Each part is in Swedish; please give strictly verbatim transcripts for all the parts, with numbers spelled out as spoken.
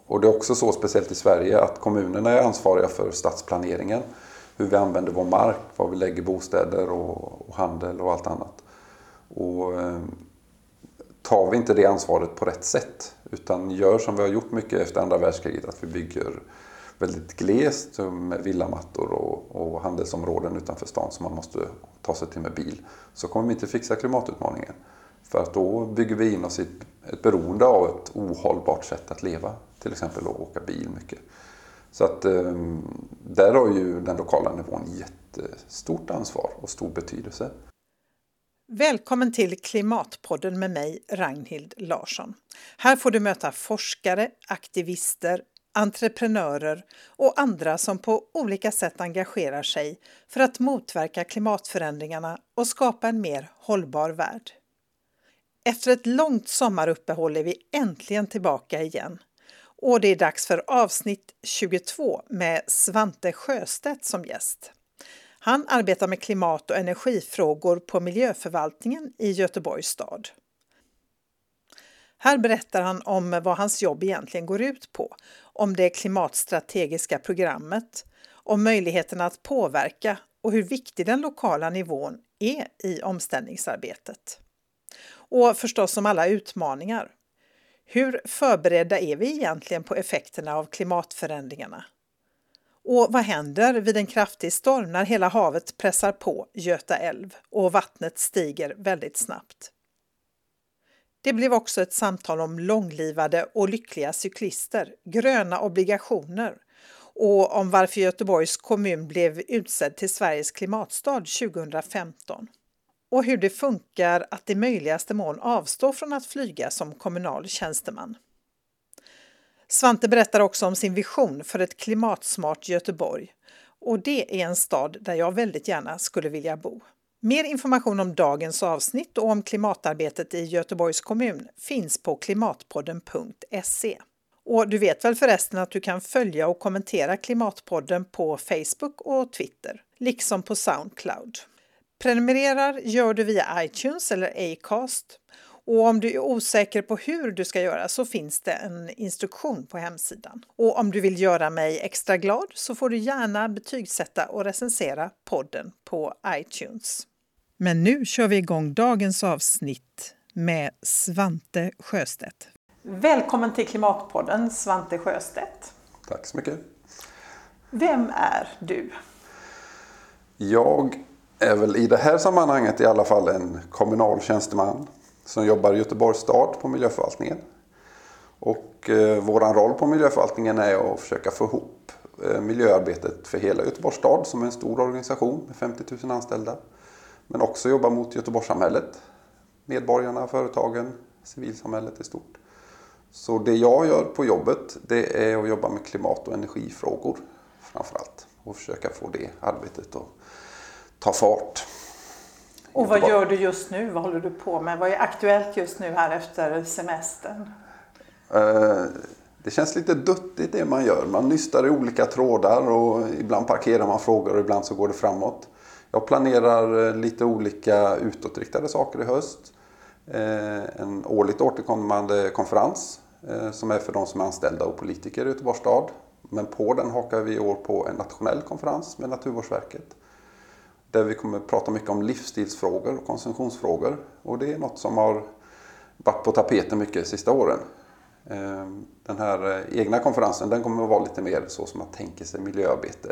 Och det är också så, speciellt i Sverige, att kommunerna är ansvariga för stadsplaneringen. Hur vi använder vår mark, var vi lägger bostäder och, och handel och allt annat. Och eh, tar vi inte det ansvaret på rätt sätt, utan gör som vi har gjort mycket efter andra världskriget, att vi bygger väldigt glest med villamattor och, och handelsområden utanför stan som man måste ta sig till med bil, så kommer vi inte fixa klimatutmaningen. För att då bygger vi in oss i ett, ett beroende av ett ohållbart sätt att leva, till exempel att åka bil mycket. Så att eh, där har ju den lokala nivån jättestort ansvar och stor betydelse. Välkommen till Klimatpodden med mig, Ragnhild Larsson. Här får du möta forskare, aktivister, entreprenörer och andra som på olika sätt engagerar sig för att motverka klimatförändringarna och skapa en mer hållbar värld. Efter ett långt sommaruppehåll är vi äntligen tillbaka igen. Och det är dags för avsnitt tjugotvå med Svante Sjöstedt som gäst. Han arbetar med klimat- och energifrågor på miljöförvaltningen i Göteborgs stad. Här berättar han om vad hans jobb egentligen går ut på, om det klimatstrategiska programmet, om möjligheten att påverka och hur viktig den lokala nivån är i omställningsarbetet. Och förstås om alla utmaningar. Hur förberedda är vi egentligen på effekterna av klimatförändringarna? Och vad händer vid en kraftig storm när hela havet pressar på Göta älv och vattnet stiger väldigt snabbt? Det blev också ett samtal om långlivade och lyckliga cyklister, gröna obligationer och om varför Göteborgs kommun blev utsedd till Sveriges klimatstad tjugohundrafemton. Och hur det funkar att i möjligaste mån avstå från att flyga som kommunal tjänsteman. Svante berättar också om sin vision för ett klimatsmart Göteborg. Och det är en stad där jag väldigt gärna skulle vilja bo. Mer information om dagens avsnitt och om klimatarbetet i Göteborgs kommun finns på klimatpodden punkt se. Och du vet väl förresten att du kan följa och kommentera Klimatpodden på Facebook och Twitter, liksom på Soundcloud. Prenumererar gör du via iTunes eller Acast. Och om du är osäker på hur du ska göra så finns det en instruktion på hemsidan. Och om du vill göra mig extra glad så får du gärna betygsätta och recensera podden på iTunes. Men nu kör vi igång dagens avsnitt med Svante Sjöstedt. Välkommen till Klimatpodden, Svante Sjöstedt. Tack så mycket. Vem är du? Jag är väl i det här sammanhanget i alla fall en kommunal tjänsteman som jobbar i Göteborgs stad på miljöförvaltningen. Och eh, våran roll på miljöförvaltningen är att försöka få ihop eh, miljöarbetet för hela Göteborgs stad som är en stor organisation med femtio tusen anställda. Men också jobba mot Göteborgssamhället, medborgarna, företagen, civilsamhället i stort. Så det jag gör på jobbet, det är att jobba med klimat- och energifrågor framförallt. Och försöka få det arbetet att ta fart. Och vad gör du just nu? Vad håller du på med? Vad är aktuellt just nu här efter semestern? Det känns lite duttigt det man gör. Man nystar i olika trådar och ibland parkerar man frågor och ibland så går det framåt. Jag planerar lite olika utåtriktade saker i höst. En årligt återkommande konferens som är för de som är anställda och politiker i Göteborgs stad. Men på den hakar vi i år på en nationell konferens med Naturvårdsverket. Där vi kommer att prata mycket om livsstilsfrågor och konsumtionsfrågor. Och det är något som har varit på tapeten mycket de sista åren. Den här egna konferensen, den kommer att vara lite mer så som man tänker sig miljöarbete.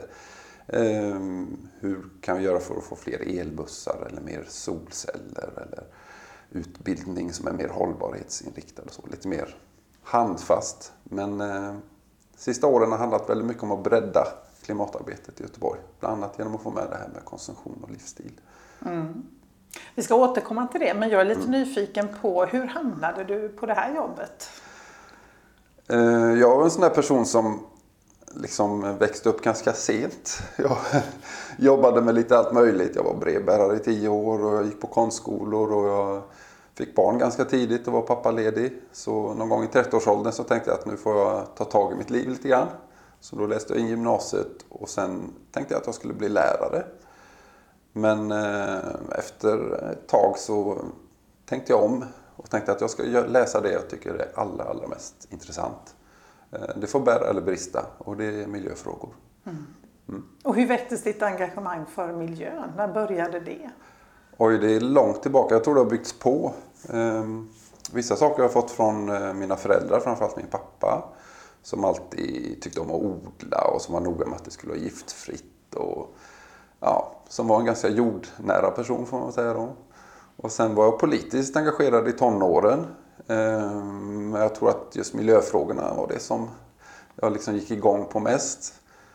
Hur kan vi göra för att få fler elbussar eller mer solceller eller utbildning som är mer hållbarhetsinriktad och så. Lite mer handfast. Men sista åren har handlat väldigt mycket om att bredda klimatarbetet i Göteborg. Bland annat genom att få med det här med konsumtion och livsstil. Mm. Vi ska återkomma till det, men jag är lite mm. nyfiken på hur hamnade du på det här jobbet? Jag var en sån där person som liksom växte upp ganska sent. Jag jobbade med lite allt möjligt. Jag var brevbärare i tio år och jag gick på konstskolor och jag fick barn ganska tidigt och var pappaledig. Så någon gång i trettioårsåldern så tänkte jag att nu får jag ta tag i mitt liv lite grann. Så då läste jag in gymnasiet och sen tänkte jag att jag skulle bli lärare. Men eh, efter ett tag så tänkte jag om och tänkte att jag ska läsa det jag tycker är allra, allra mest intressant. Det får bära eller brista och det är miljöfrågor. Mm. Mm. Och hur väcktes ditt engagemang för miljön? När började det? Oj, det är långt tillbaka. Jag tror det har byggts på. Vissa saker jag har fått från mina föräldrar, framförallt min pappa. Som alltid tyckte om att odla och som var noga med att det skulle vara giftfritt. Och, ja, som var en ganska jordnära person får man säga då. Och sen var jag politiskt engagerad i tonåren. Men jag tror att just miljöfrågorna var det som jag liksom gick igång på mest.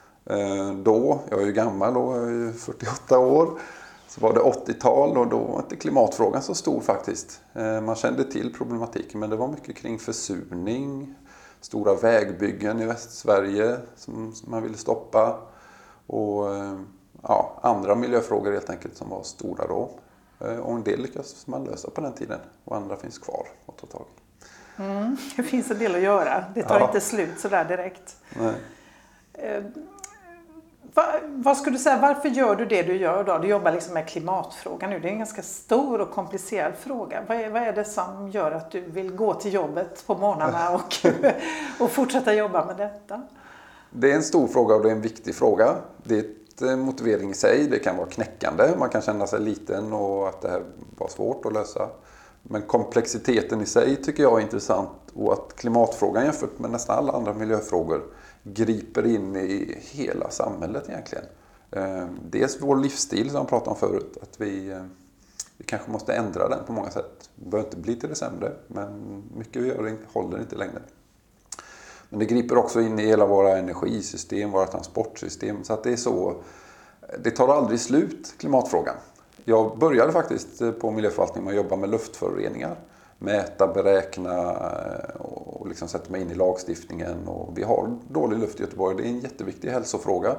Då, jag är ju gammal då, jag är ju fyrtioåtta år. Så var det åttiotal och då var inte klimatfrågan så stor faktiskt. Man kände till problematiken men det var mycket kring försurning. Stora vägbyggen i Västsverige som man ville stoppa. Och ja, andra miljöfrågor helt enkelt som var stora då. Och en del lyckas man lösa på den tiden och andra finns kvar att ta tag i. Mm, det finns en del att göra. Det tar ja. inte slut så där direkt. Nej. Eh, vad, vad skulle du säga, varför gör du det du gör då? Du jobbar liksom med klimatfrågan nu. Det är en ganska stor och komplicerad fråga. Vad är, vad är det som gör att du vill gå till jobbet på morgnarna och, och fortsätta jobba med detta? Det är en stor fråga och det är en viktig fråga. Det är ett motivering i sig. Det kan vara knäckande. Man kan känna sig liten och att det här var svårt att lösa. Men komplexiteten i sig tycker jag är intressant och att klimatfrågan jämfört med nästan alla andra miljöfrågor griper in i hela samhället egentligen. Dels vår livsstil som jag pratade om förut, att vi, vi kanske måste ändra den på många sätt. Det behöver inte bli till det sämre, men mycket vi gör håller inte längre. Men det griper också in i hela våra energisystem, våra transportsystem, så att det är så, det tar aldrig slut, klimatfrågan. Jag började faktiskt på miljöförvaltningen med att jobba med luftföroreningar. Mäta, beräkna och liksom sätta mig in i lagstiftningen. Och vi har dålig luft i Göteborg, det är en jätteviktig hälsofråga.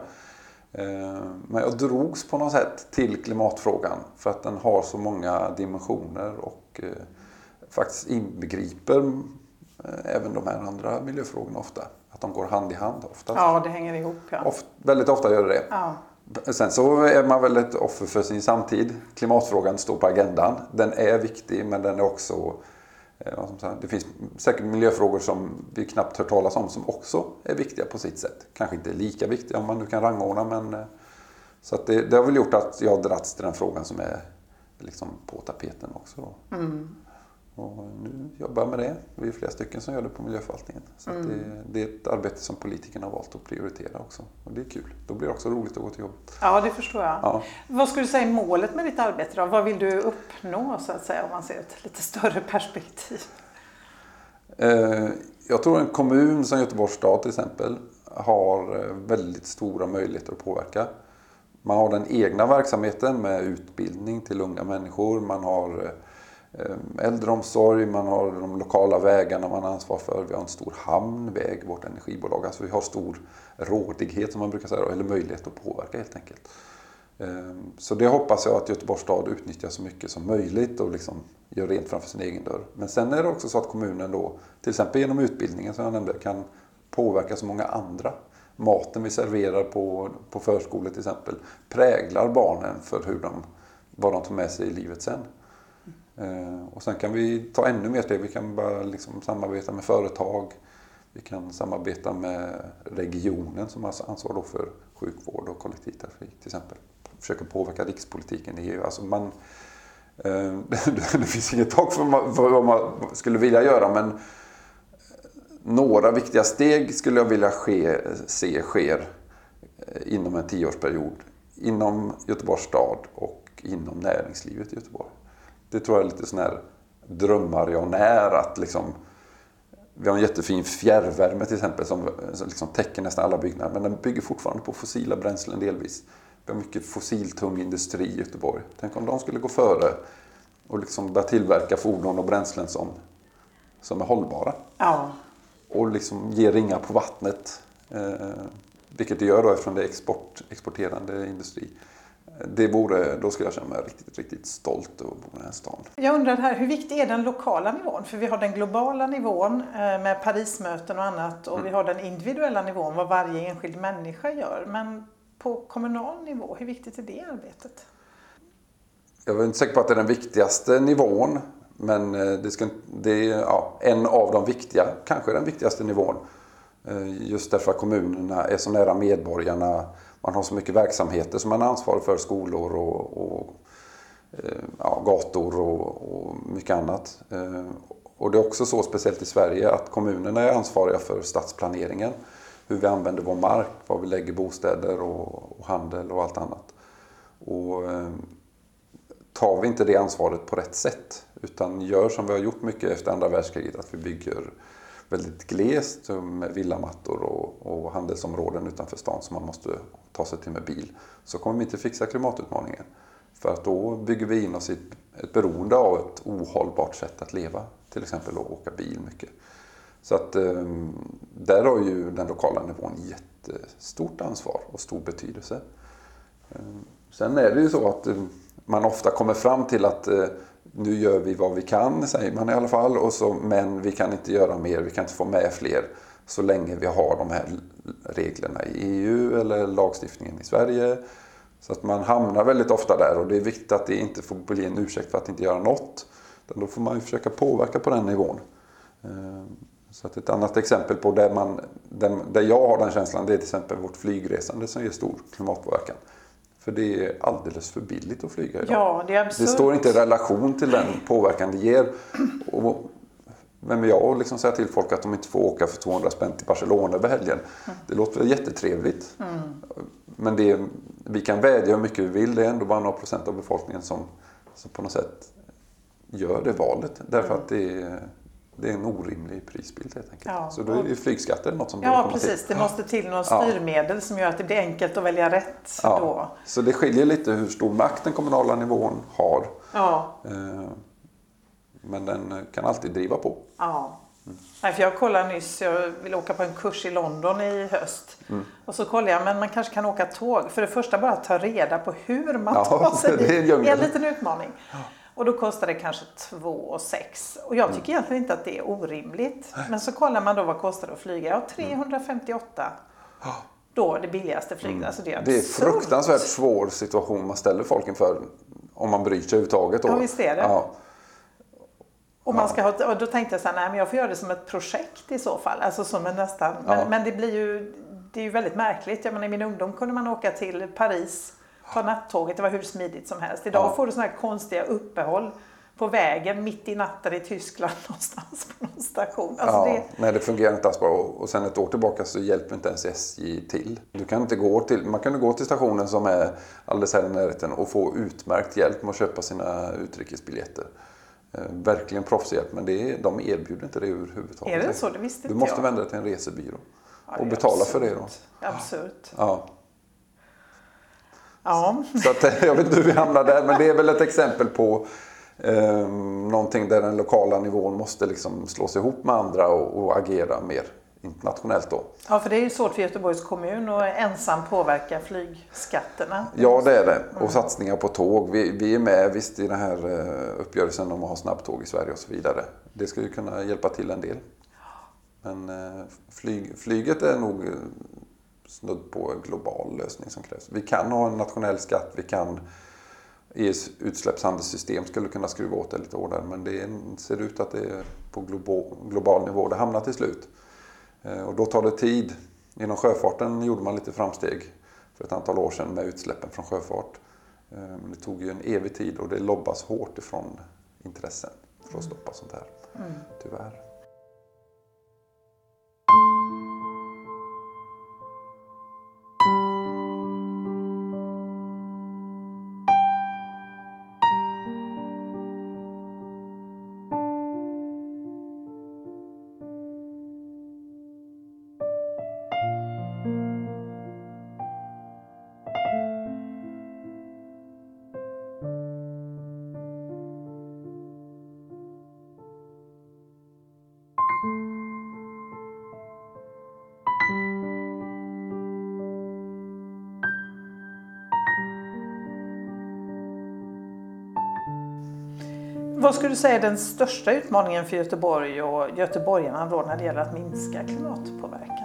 Men jag drogs på något sätt till klimatfrågan för att den har så många dimensioner och faktiskt inbegriper även de här andra miljöfrågorna ofta. Att de går hand i hand ofta. Ja, det hänger ihop. Ja. Oft, väldigt ofta gör det det. Ja. Sen så är man väl ett offer för sin samtid. Klimatfrågan står på agendan. Den är viktig men den är också... Det finns säkert miljöfrågor som vi knappt hört talas om som också är viktiga på sitt sätt. Kanske inte lika viktiga om man nu kan rangordna men... Så att det, det har väl gjort att jag har dragits till den frågan som är liksom på tapeten också. Mm. Och nu jobbar jag med det. Vi är flera stycken som gör det på miljöförvaltningen. Så mm. att det, det är ett arbete som politikerna har valt att prioritera också. Och det är kul. Då blir det också roligt att gå till jobbet. Ja, det förstår jag. Ja. Vad skulle du säga är målet med ditt arbete då? Vad vill du uppnå så att säga om man ser ett lite större perspektiv? Eh, jag tror en kommun som Göteborgs stad till exempel har väldigt stora möjligheter att påverka. Man har den egna verksamheten med utbildning till unga människor. Man har äldreomsorg, man har de lokala vägarna man har ansvar för. Vi har en stor hamnväg, vårt energibolag. Alltså vi har stor rådighet som man brukar säga, eller möjlighet att påverka helt enkelt. Så det hoppas jag att Göteborgs stad utnyttjar så mycket som möjligt och liksom gör rent framför sin egen dörr. Men sen är det också så att kommunen då, till exempel genom utbildningen som jag nämnde, kan påverka så många andra. Maten vi serverar på, på förskolor till exempel präglar barnen för hur de, vad de tar med sig i livet sen. Uh, och sen kan vi ta ännu mer steg. Vi kan bara liksom samarbeta med företag. Vi kan samarbeta med regionen som har ansvar då för sjukvård och kollektivtrafik till exempel. Försöka påverka rikspolitiken i E U. Alltså man, uh, det finns inget tak för, för vad man skulle vilja göra men några viktiga steg skulle jag vilja ske, se sker inom en tioårsperiod. Inom Göteborgs stad och inom näringslivet i Göteborg. Det tror jag är lite sån här drömmar jag när att liksom, vi har en jättefin fjärrvärme till exempel som, som liksom täcker nästan alla byggnader men den bygger fortfarande på fossila bränslen delvis. Vi har mycket fossiltung industri i Göteborg. Tänk om de skulle gå före och liksom börja tillverka fordon och bränslen som, som är hållbara. Ja. Och liksom ge ringar på vattnet. Eh, vilket det gör då eftersom det är export, exporterande industri. Det vore, då skulle jag känna mig riktigt, riktigt stolt att bo i den här stan. Jag undrar här, hur viktig är den lokala nivån? För vi har den globala nivån med Parismöten och annat och mm. vi har den individuella nivån, vad varje enskild människa gör. Men på kommunal nivå, hur viktigt är det arbetet? Jag är inte säker på att det är den viktigaste nivån, men det, ska, det är ja, en av de viktiga, kanske den viktigaste nivån. Just därför att kommunerna är så nära medborgarna. Man har så mycket verksamheter som man är ansvarig för, skolor och, och ja, gator och, och mycket annat. Och det är också så, speciellt i Sverige, att kommunerna är ansvariga för stadsplaneringen. Hur vi använder vår mark, var vi lägger bostäder och, och handel och allt annat. Och tar vi inte det ansvaret på rätt sätt, utan gör som vi har gjort mycket efter andra världskriget, att vi bygger väldigt glest med villamattor och, och handelsområden utanför stan som man måste ta sig till med bil, så kommer vi inte fixa klimatutmaningen. För att då bygger vi in oss i ett, ett beroende av ett ohållbart sätt att leva, till exempel att åka bil mycket. Så att där har ju den lokala nivån jättestort ansvar och stor betydelse. Sen är det ju så att man ofta kommer fram till att nu gör vi vad vi kan, säger man i alla fall, och så, men vi kan inte göra mer, vi kan inte få med fler så länge vi har de här reglerna i E U eller lagstiftningen i Sverige. Så att man hamnar väldigt ofta där, och det är viktigt att det inte får bli en ursäkt för att inte göra något. Då får man ju försöka påverka på den nivån. Så att ett annat exempel på där, man, där jag har den känslan, det är till exempel vårt flygresande som ger stor klimatpåverkan. För det är alldeles för billigt att flyga idag. Ja, det är absurt. Det står inte i relation till den påverkan det ger. Och vem är jag att liksom säga till folk att de inte får åka för tvåhundra spänn till Barcelona över helgen? Mm. Det låter väl jättetrevligt. Mm. Men det är, vi kan vädja hur mycket vi vill. Det är ändå bara några procent av befolkningen som, som på något sätt gör det valet. Därför mm. att det är, det är en orimlig prisbild helt enkelt. Ja. Så då är ju flygskatter något som Ja, precis. Till. Det måste till någon styrmedel ja. som gör att det blir enkelt att välja rätt. Ja. Då. Så det skiljer lite hur stor makt den kommunala nivån har. Ja. Men den kan alltid driva på. Ja. Mm. Nej, för jag kollade nyss, jag vill åka på en kurs i London i höst. Mm. Och så kollade jag, men man kanske kan åka tåg. För det första bara ta reda på hur man ja, tar sig dit. Det är en liten utmaning. Ja. Och då kostar det kanske två och sex. Och jag tycker mm. egentligen inte att det är orimligt. Men så kollar man då vad kostar det att flyga. Ja, trehundrafemtioåtta. Mm. Då det billigaste flyget. Mm. Alltså det är det är en fruktansvärt svår situation man ställer folk inför. Om man bryr sig överhuvudtaget. Ja, visst är det. Ja. Och, man ska ha, och då tänkte jag så här, nej men jag får göra det som ett projekt i så fall. Alltså som en nästan. Men, ja. men det blir ju, det är ju väldigt märkligt. Jag menar, i min ungdom kunde man åka till Paris på nattåget. Det var hur smidigt som helst. Idag ja. får du såna här konstiga uppehåll på vägen mitt i natten i Tyskland någonstans på någon station. Alltså ja, det... Nej, det fungerar inte alls bra. Och sen ett år tillbaka så hjälper inte ens S J till. Du kan inte gå till, man kan gå till stationen som är alldeles här i närheten och få utmärkt hjälp med att köpa sina utrikesbiljetter. Eh, verkligen proffshjälp, men det är, de erbjuder inte det överhuvudtaget. Är det så? Det visste du inte måste jag. vända dig till en resebyrå ja, och betala absurd. för det då. Absurt. Ja. Ja. Så att, jag vet inte hur vi hamnar där, men det är väl ett exempel på eh, någonting där den lokala nivån måste liksom slås ihop med andra och, och agera mer internationellt då. Ja, för det är ju svårt för Göteborgs kommun att ensam påverka flygskatterna. Ja, det är det. Och mm. satsningar på tåg. Vi, vi är med visst i den här uppgörelsen om att ha snabbtåg i Sverige och så vidare. Det ska ju kunna hjälpa till en del. Men flyg, flyget är nog snudd på en global lösning som krävs. Vi kan ha en nationell skatt, vi kan E U:s utsläppshandelssystem skulle kunna skruva åt det lite hårdare, men det ser ut att det är på global, global nivå det hamnar till slut. Och då tar det tid. Inom sjöfarten gjorde man lite framsteg för ett antal år sedan med utsläppen från sjöfart. Men det tog ju en evig tid och det lobbas hårt ifrån intressen för att stoppa sånt här. Mm. Tyvärr. Vad skulle du säga är den största utmaningen för Göteborg och göteborgarna då när det gäller att minska klimatpåverkan?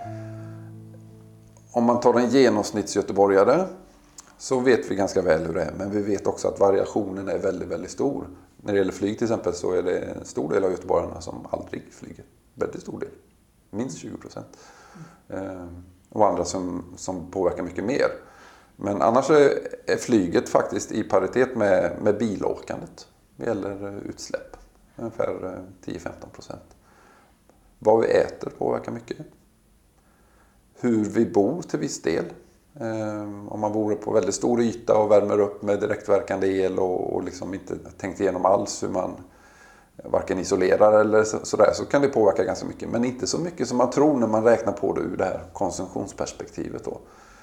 Om man tar en genomsnittsgöteborgare så vet vi ganska väl hur det är. Men vi vet också att variationen är väldigt, väldigt stor. När det gäller flyg till exempel så är det en stor del av göteborgarna som aldrig flyger. Väldigt stor del. minst tjugo procent. Och andra som, som påverkar mycket mer. Men annars är, är flyget faktiskt i paritet med, med bilåkandet. Det gäller utsläpp. Ungefär tio till femton procent. Vad vi äter påverkar mycket. Hur vi bor till viss del. Om man bor på väldigt stor yta och värmer upp med direktverkande el och, och liksom inte tänkt igenom alls hur man varken isolerar eller så, sådär, så kan det påverka ganska mycket. Men inte så mycket som man tror när man räknar på det ur det här konsumtionsperspektivet då.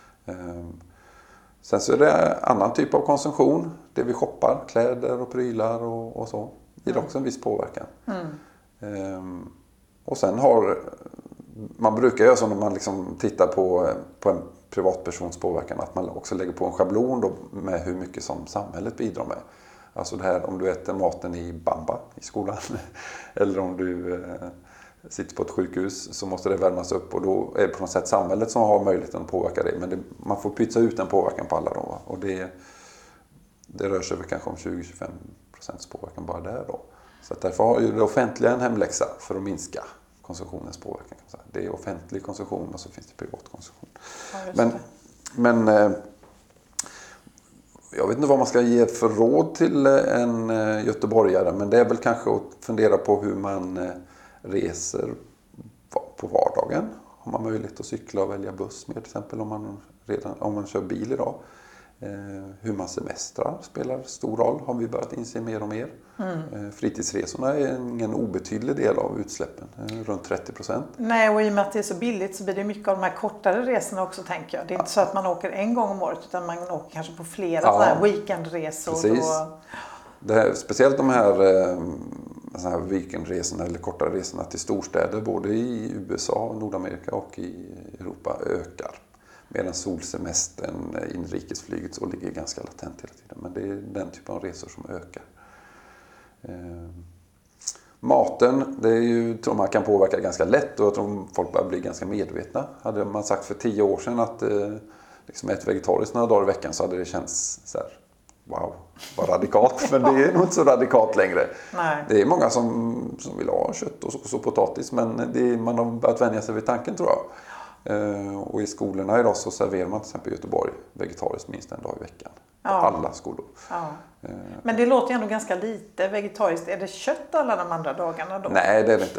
Sen så är det annan typ av konsumtion. Det vi shoppar, kläder och prylar och, och så. Det ger också en viss påverkan. Mm. Ehm, och sen har, man brukar göra så när man liksom tittar på, på en privatpersons påverkan, att man också lägger på en schablon då med hur mycket som samhället bidrar med. Alltså det här om du äter maten i bamba i skolan eller om du eh, sitter på ett sjukhus så måste det värmas upp och då är det på något sätt samhället som har möjligheten att påverka det. Men det, man får pytsa ut en påverkan på alla då. Och det, det rör sig väl kanske om tjugo till tjugofem procents påverkan bara där då. Så att därför har ju det offentliga en hemläxa för att minska konsumtionens påverkan. Kan man säga. Det är offentlig konsumtion och så finns det privat konsumtion. Ja, men men eh, jag vet inte vad man ska ge för råd till en göteborgare, men det är väl kanske att fundera på hur man reser på vardagen. Har man möjlighet att cykla och välja buss med till exempel om man, redan, om man kör bil idag. Eh, hur man semestrar spelar stor roll, har vi börjat inse mer och mer. Mm. Eh, fritidsresorna är ingen obetydlig del av utsläppen, eh, runt trettio procent. Nej, och i och med att det är så billigt så blir det mycket av de här kortare resorna också, tänker jag. Det är inte så att man åker en gång om året utan man åker kanske på flera ja, sådana här weekendresor. Precis. Och... Det här, speciellt de här, eh, så här weekendresorna eller kortare resorna till storstäder både i U S A, Nordamerika och i Europa ökar. Medan solsemestern, inrikesflyget så ligger ganska latent hela tiden. Men det är den typen av resor som ökar. Eh, maten, det är ju, tror man kan påverka ganska lätt och jag tror folk börjar bli ganska medvetna. Hade man sagt för tio år sedan att eh, liksom ett vegetariskt några dagar i veckan så hade det känts så här, wow, vad radikalt. Men det är nog inte så radikalt längre. Nej. Det är många som, som vill ha kött och, och så potatis, men det är, man har börjat vänja sig vid tanken tror jag. Uh, och i skolorna idag så serverar man till exempel i Göteborg vegetariskt minst en dag i veckan. På ja. alla skolor. Ja. Uh, Men det låter ju ändå ganska lite vegetariskt. Är det kött alla de andra dagarna då? Nej, det är det inte.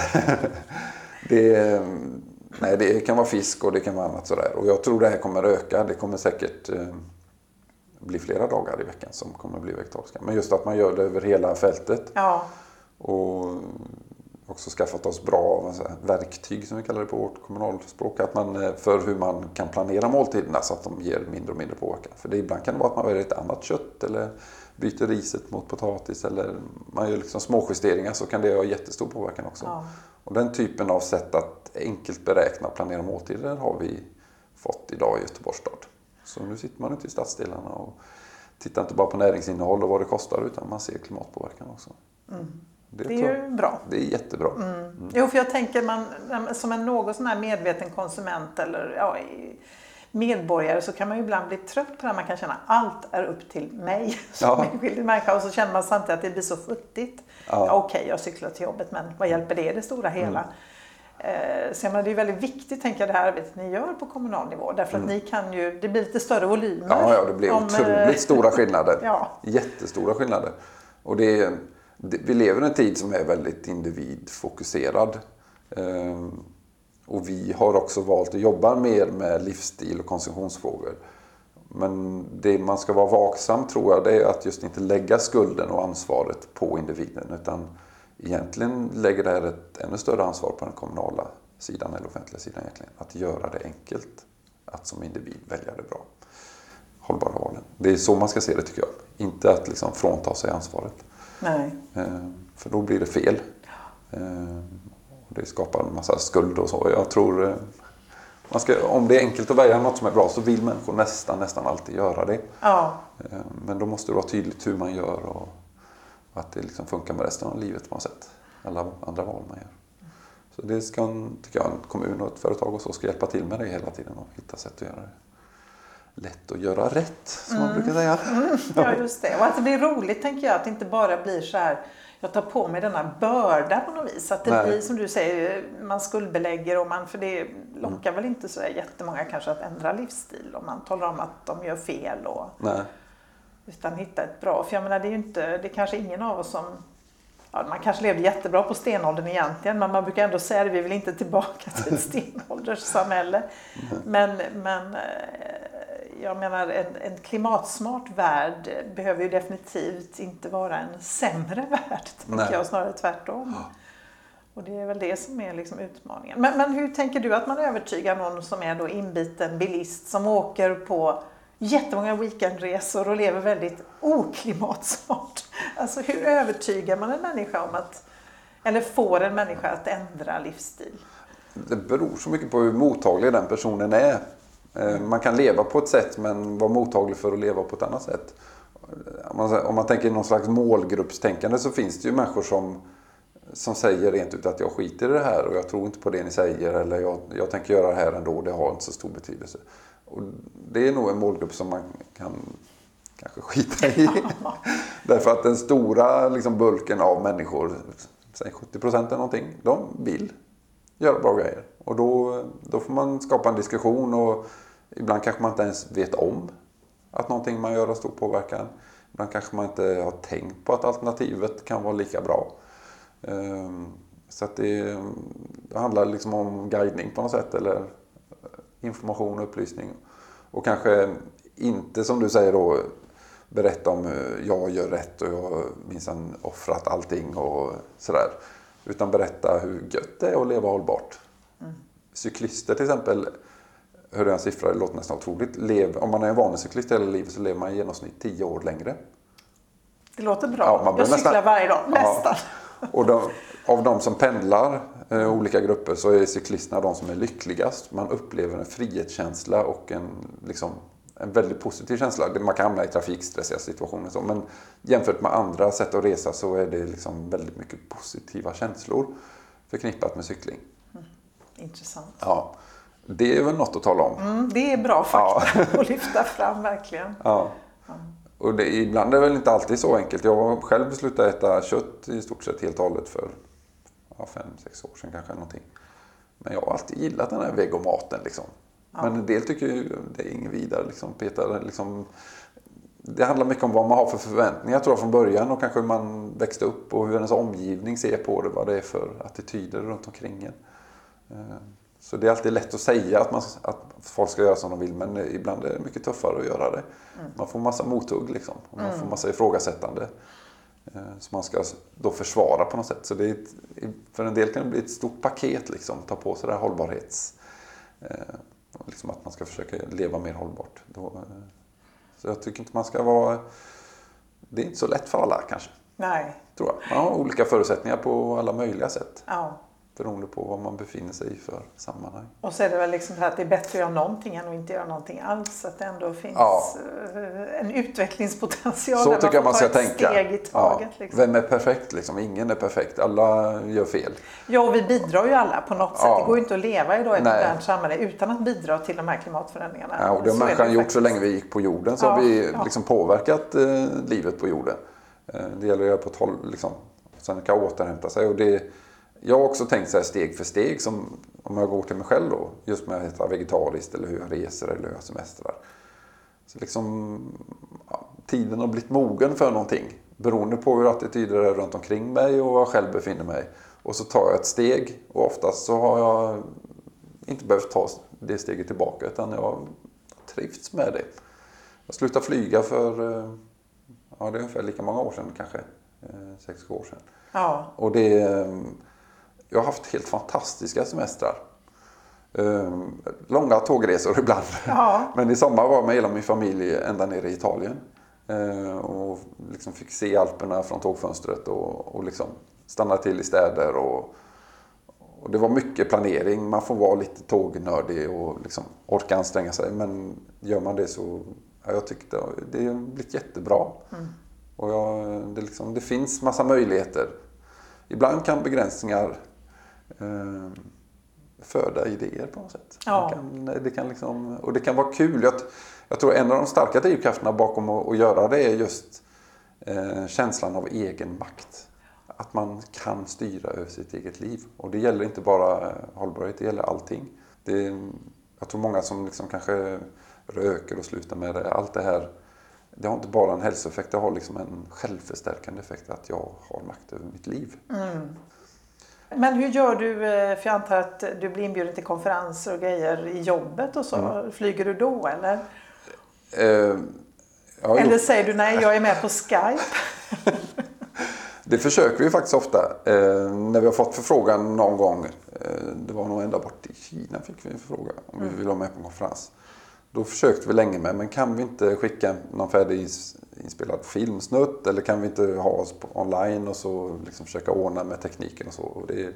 det, nej, det kan vara fisk och det kan vara annat sådär. Och jag tror det här kommer öka. Det kommer säkert uh, bli flera dagar i veckan som kommer bli vegetariska. Men just att man gör det över hela fältet. Ja. Och också skaffat oss bra säga, verktyg som vi kallar det på vårt kommunalspråk. Att man, för hur man kan planera måltiderna så att de ger mindre och mindre påverkan. För det, ibland kan det vara att man väljer ett annat kött eller byter riset mot potatis. Eller man gör liksom små justeringar så kan det ha jättestor påverkan också. Ja. Och den typen av sätt att enkelt beräkna och planera måltider har vi fått idag i Göteborgs stad. Så nu sitter man ute i stadsdelarna och tittar inte bara på näringsinnehåll och vad det kostar utan man ser klimatpåverkan också. Mm. Det, det är ju bra. Det är jättebra. Mm. Mm. Jo, för jag tänker man som en något sån här medveten konsument eller ja, medborgare så kan man ju ibland bli trött på det här. Man kan känna allt är upp till mig som ja. enskild människa och så känner man samtidigt att det blir så futtigt. Ja. Ja, okej, jag cyklar till jobbet men vad hjälper det det stora hela? Mm. Så det är väldigt viktigt tänker jag det här arbetet ni gör på kommunal nivå. Därför att mm. ni kan ju, det blir lite större volymer. Ja, ja det blir om, otroligt stora skillnader. Ja. Jättestora skillnader. Och det är, det, vi lever i en tid som är väldigt individfokuserad. Ehm, och vi har också valt att jobba mer med livsstil och konsumtionsfrågor. Men det man ska vara vaksam tror jag det är att just inte lägga skulden och ansvaret på individen utan egentligen lägger det här ett ännu större ansvar på den kommunala sidan eller offentliga sidan egentligen. Att göra det enkelt att som individ välja det bra. Hållbara valen. Det är så man ska se det tycker jag. Inte att liksom frånta sig ansvaret. Nej. För då blir det fel. Det skapar en massa skuld och så. Jag tror man ska, om det är enkelt att välja något som är bra så vill människor nästan, nästan alltid göra det. Ja. Men då måste det vara tydligt hur man gör och att det liksom funkar med resten av livet på något sätt. Alla andra val man gör. Så det ska en, tycker jag, en kommun och ett företag och så ska hjälpa till med det hela tiden och hitta sätt att göra det lätt att göra rätt, som mm. man brukar säga. Mm. Ja, just det. Och att det blir roligt tänker jag, att det inte bara blir så här jag tar på mig denna börda på något vis. Att det Nej. blir som du säger, man skuldbelägger och man, för det lockar mm. väl inte så jättemånga kanske att ändra livsstil om man talar om att de gör fel. Och, Nej. Utan hitta ett bra, för jag menar det är ju inte, det är kanske ingen av oss som, ja, man kanske levde jättebra på stenåldern egentligen, men man brukar ändå säga att vi vill inte tillbaka till ett stenålderssamhälle. Men, men jag menar en, en klimatsmart värld behöver ju definitivt inte vara en sämre värld, tänker jag, snarare tvärtom. Ja. Och det är väl det som är liksom utmaningen. Men, men hur tänker du att man övertygar någon som är då inbiten bilist som åker på jättemånga weekendresor och lever väldigt oklimatsmart? Alltså hur övertygar man en människa om att, eller får en människa att ändra livsstil? Det beror så mycket på hur mottaglig den personen är. Man kan leva på ett sätt men vara mottaglig för att leva på ett annat sätt. Om man, om man tänker någon slags målgruppstänkande så finns det ju människor som, som säger rent ut att jag skiter i det här och jag tror inte på det ni säger, eller jag, jag tänker göra det här ändå, det har inte så stor betydelse. Och det är nog en målgrupp som man kan kanske skita i. Därför att den stora liksom, bulken av människor, säg sjuttio procent eller någonting, de vill göra bra grejer. Och då, då får man skapa en diskussion och ibland kanske man inte ens vet om att någonting man gör har stor påverkan. Ibland kanske man inte har tänkt på att alternativet kan vara lika bra. Så att det, det handlar liksom om guidning på något sätt, eller information och upplysning. Och kanske inte, som du säger då, berätta om jag gör rätt och jag minsann offrat allting och sådär. Utan berätta hur gött det är att leva hållbart. Mm. Cyklister till exempel, hörde jag en siffra, det låter nästan otroligt. Lev, om man är en vanlig cyklist hela livet så lever man i genomsnitt tio år längre. Det låter bra. Ja, man jag cyklar nästan, varje dag, nästan. Ja. Och de, av de som pendlar, eh, olika grupper, så är cyklisterna de som är lyckligast. Man upplever en frihetskänsla och en, liksom, en väldigt positiv känsla. Man kan hamna i trafikstressiga situationer. Så, men jämfört med andra sätt att resa så är det liksom väldigt mycket positiva känslor förknippat med cykling. Mm. Intressant. Ja, det är väl något att tala om. Mm, det är bra fakta ja. att lyfta fram verkligen. Ja. Ja. Och det, ibland är det väl inte alltid så enkelt. Jag har själv beslutat äta kött i stort sett helt och hållet för ja, fem, sex år sedan kanske någonting. Men jag har alltid gillat den här vegomaten liksom. Ja. Men en del tycker ju det är ingen vidare liksom, Peter, liksom, det handlar mycket om vad man har för förväntningar tror jag från början och kanske hur man växte upp och hur ens omgivning ser på det, vad det är för attityder runt omkring en. Så det är alltid lätt att säga att, man, att folk ska göra som de vill, men ibland är det mycket tuffare att göra det. Mm. Man får massa mothugg liksom, och man mm. får massa ifrågasättande som man ska då försvara på något sätt. Så det är ett, för en del kan det bli ett stort paket liksom, ta på sig det här hållbarhets... Liksom att man ska försöka leva mer hållbart. Då, så jag tycker inte man ska vara... Det är inte så lätt för alla kanske. Nej. Tror jag. Man har olika förutsättningar på alla möjliga sätt. Ja. Beroende på vad man befinner sig i för sammanhang. Och så är det väl liksom så att det är bättre att göra någonting än att inte göra någonting alls. Att det ändå finns ja. en utvecklingspotential. Så där tycker jag man ska ett tänka. Steg i taget, ja. liksom. Vem är perfekt liksom? Ingen är perfekt. Alla gör fel. Ja, och vi bidrar ju alla på något sätt. Ja. Det går ju inte att leva idag i ett modernt samhälle utan att bidra till de här klimatförändringarna. Ja, och det har människan gjort så länge vi gick på jorden. Så ja. har vi ja. liksom påverkat eh, livet på jorden. Eh, det gäller att göra på ett håll liksom. Sen kan återhämta sig. Och det Jag har också tänkt så här steg för steg, som om jag går till mig själv då, just med att äta vegetariskt eller hur jag reser eller hur jag semestrar. Så liksom ja, tiden har blivit mogen för någonting, beroende på hur attityder är runt omkring mig och var jag själv befinner mig. Och så tar jag ett steg och oftast så har jag inte behövt ta det steget tillbaka, utan jag har trivts med det. Jag slutade flyga för, ja det är ungefär lika många år sedan kanske, sex år sedan. Ja. Och det jag har haft helt fantastiska semestrar. Um, långa tågresor ibland. Ja. Men i sommar var jag med hela min familj ända nere i Italien. Uh, och liksom fick se Alperna från tågfönstret och, och liksom stanna till i städer. Och, och det var mycket planering. Man får vara lite tågnördig och liksom orka anstränga sig. Men gör man det så, ja, jag tyckte det har blivit jättebra. Mm. Och jag, det, liksom, det finns massa möjligheter. Ibland kan begränsningar eh, föda idéer på något sätt. Ja. Det kan, det kan liksom, och det kan vara kul. Jag, jag tror en av de starka drivkrafterna bakom att, att göra det är just eh, känslan av egen makt. att man kan styra över sitt eget liv. Och det gäller inte bara hållbarhet, det gäller allting. Det är, jag tror många som liksom kanske röker och slutar med det, allt det här, det har inte bara en hälsoeffekt, det har liksom en självförstärkande effekt att jag har makt över mitt liv. Mm. Men hur gör du, för jag antar att du blir inbjuden till konferenser och grejer i jobbet och så, mm. flyger du då eller? Eh, ja, eller jo. säger du nej, jag är med på Skype? Det försöker vi faktiskt ofta. Eh, när vi har fått förfrågan någon gång, eh, det var nog ända bort i Kina fick vi en förfrågan om mm. vi vill vara med på en konferens. Då försökte vi länge med, men kan vi inte skicka någon färdig inspelad filmsnutt eller kan vi inte ha oss på online och så liksom försöka ordna med tekniken och så. Och det,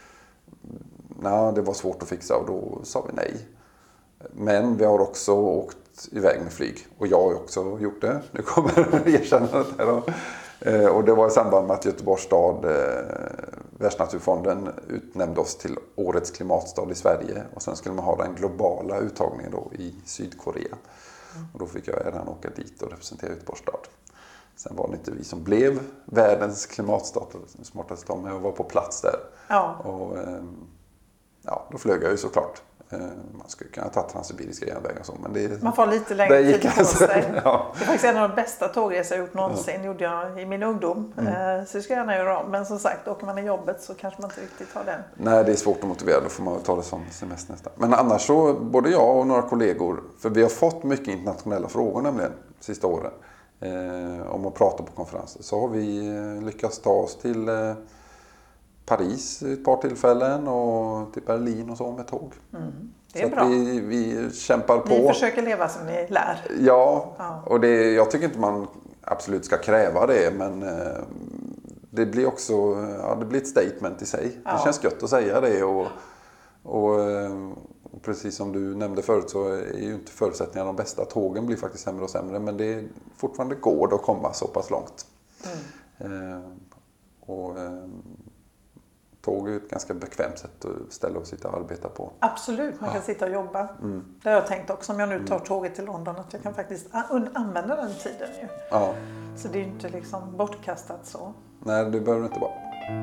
nej, det var svårt att fixa och då sa vi nej. Men vi har också åkt iväg med flyg och jag har också gjort det. Nu kommer erkännandet här då. Och det var i samband med att Göteborgs stad, Världsnaturfonden, utnämnde oss till årets klimatstad i Sverige. Och sen skulle man ha den globala uttagningen då i Sydkorea. Mm. Och då fick jag äran åka dit och representera Göteborgs stad. Sen var det inte vi som blev världens klimatstad, smartaste stad, men jag var på plats där. Ja. Och ja, då flög jag ju såklart. Man skulle kunna ta transsibiriska järnvägar och så. Men det, man får lite längre tid på alltså, sig. Ja. Det är faktiskt en av de bästa tågresor jag gjort någonsin. Ja. Gjorde jag i min ungdom. Mm. Så det ska jag gärna göra om. Men som sagt, åker man i jobbet så kanske man inte riktigt har den. Nej, det är svårt att motivera. Då får man ta det som semester nästan. Men annars så, både jag och några kollegor, för vi har fått mycket internationella frågor nämligen sista åren. Eh, om att prata på konferenser. Så har vi lyckats ta oss till eh, Paris ett par tillfällen och till Berlin och så med tåg. Mm, det är så bra. Vi, vi kämpar på. Ni försöker leva som ni lär. Ja, ja. Och det, jag tycker inte man absolut ska kräva det, men eh, det blir också ja, det blir ett statement i sig. Ja. Det känns gött att säga det och, och, och precis som du nämnde förut så är ju inte förutsättningarna de bästa. Tågen blir faktiskt sämre och sämre, men det är fortfarande går att komma så pass långt. Mm. Eh, och eh, tåg är ett ganska bekvämt sätt att ställa och sitta och arbeta på. Absolut, man kan ja. sitta och jobba. Mm. Det har jag tänkt också om jag nu tar tåget till London att jag kan faktiskt använda den tiden ju. Ja. Så det är ju inte liksom bortkastat så. Nej, det behöver inte vara.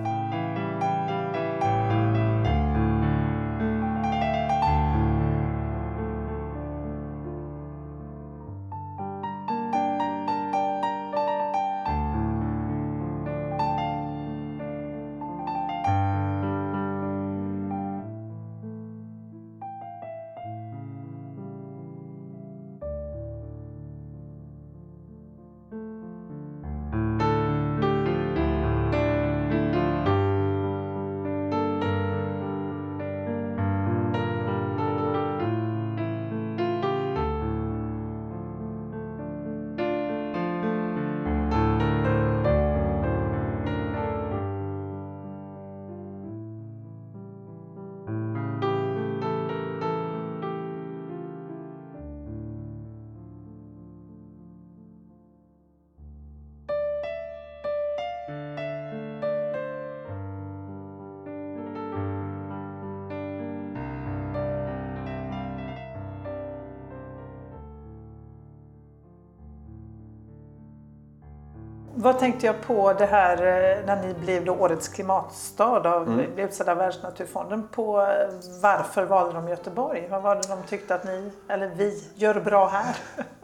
Vad tänkte jag på det här när ni blev då årets klimatstad av mm. blev utsedda av Världsnaturfonden på varför valde de Göteborg? Vad var det de tyckte att ni, eller vi, gör bra här?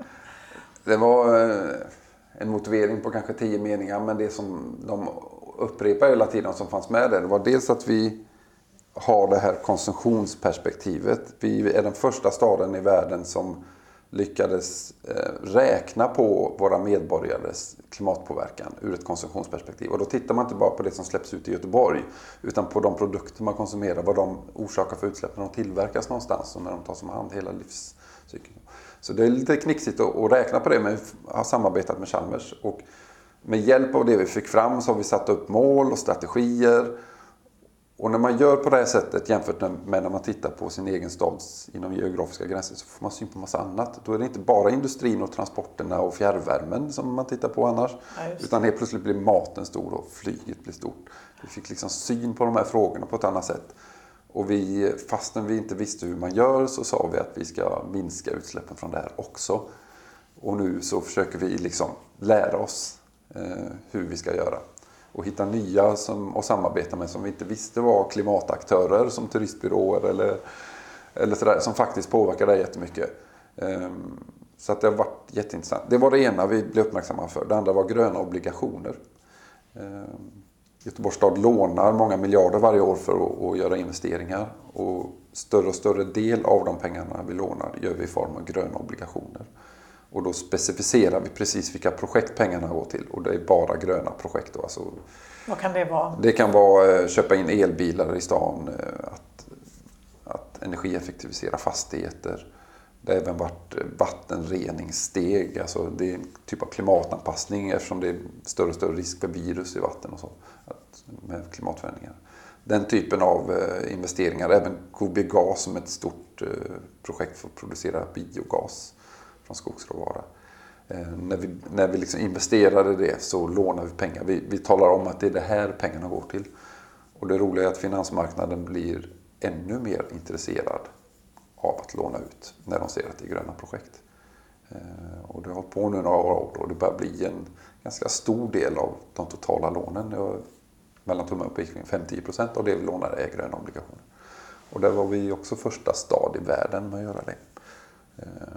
Det var en motivering på kanske tio meningar, men det som de upprepar hela tiden som fanns med där, det var dels att vi har det här konsumtionsperspektivet. Vi är den första staden i världen som lyckades räkna på våra medborgares klimatpåverkan ur ett konsumtionsperspektiv. Och då tittar man inte bara på det som släpps ut i Göteborg utan på de produkter man konsumerar, vad de orsakar för utsläpp när de tillverkas någonstans och när de tas om hand hela livscykeln. Så det är lite knixigt att räkna på det, men vi har samarbetat med Chalmers och med hjälp av det vi fick fram så har vi satt upp mål och strategier. Och när man gör på det här sättet jämfört med när man tittar på sin egen stads inom geografiska gränser så får man syn på massa annat. Då är det inte bara industrin och transporterna och fjärrvärmen som man tittar på annars. Ja, utan helt plötsligt blir maten stor och flyget blir stort. Vi fick liksom syn på de här frågorna på ett annat sätt. Och vi, fastän vi inte visste hur man gör så sa vi att vi ska minska utsläppen från det här också. Och nu så försöker vi liksom lära oss eh, hur vi ska göra. och hitta nya som, och samarbeta med som vi inte visste var klimataktörer som turistbyråer eller, eller sådär, som faktiskt påverkar det jättemycket. Um, så att det har varit jätteintressant. Det var det ena vi blev uppmärksamma för. Det andra var gröna obligationer. Um, Göteborgs stad lånar många miljarder varje år för att, att göra investeringar. Och större och större del av de pengarna vi lånar gör vi i form av gröna obligationer. Och då specificerar vi precis vilka projekt pengarna går till. Och det är bara gröna projekt då. Alltså, vad kan det vara? Det kan vara köpa in elbilar i stan. Att, att energieffektivisera fastigheter. Det har även varit vattenreningssteg. Alltså det är en typ av klimatanpassning eftersom det är större och större risk för virus i vatten och så. Att, med klimatförändringar. Den typen av investeringar. Även K B Gas som ett stort projekt för att producera biogas från skogsråvara. Eh, när vi, när vi liksom investerade det så lånar vi pengar. Vi, vi talar om att det är det här pengarna går till. Och det roliga är att finansmarknaden blir ännu mer intresserad av att låna ut när de ser att det är gröna projekt. Eh, och det har hållit på nu några år och det börjar bli en ganska stor del av de totala lånen. Jag, mellan tummen upp och fem till tio procent av det vi lånar är gröna obligationer. Och där var vi också första stad i världen med att göra det. Eh,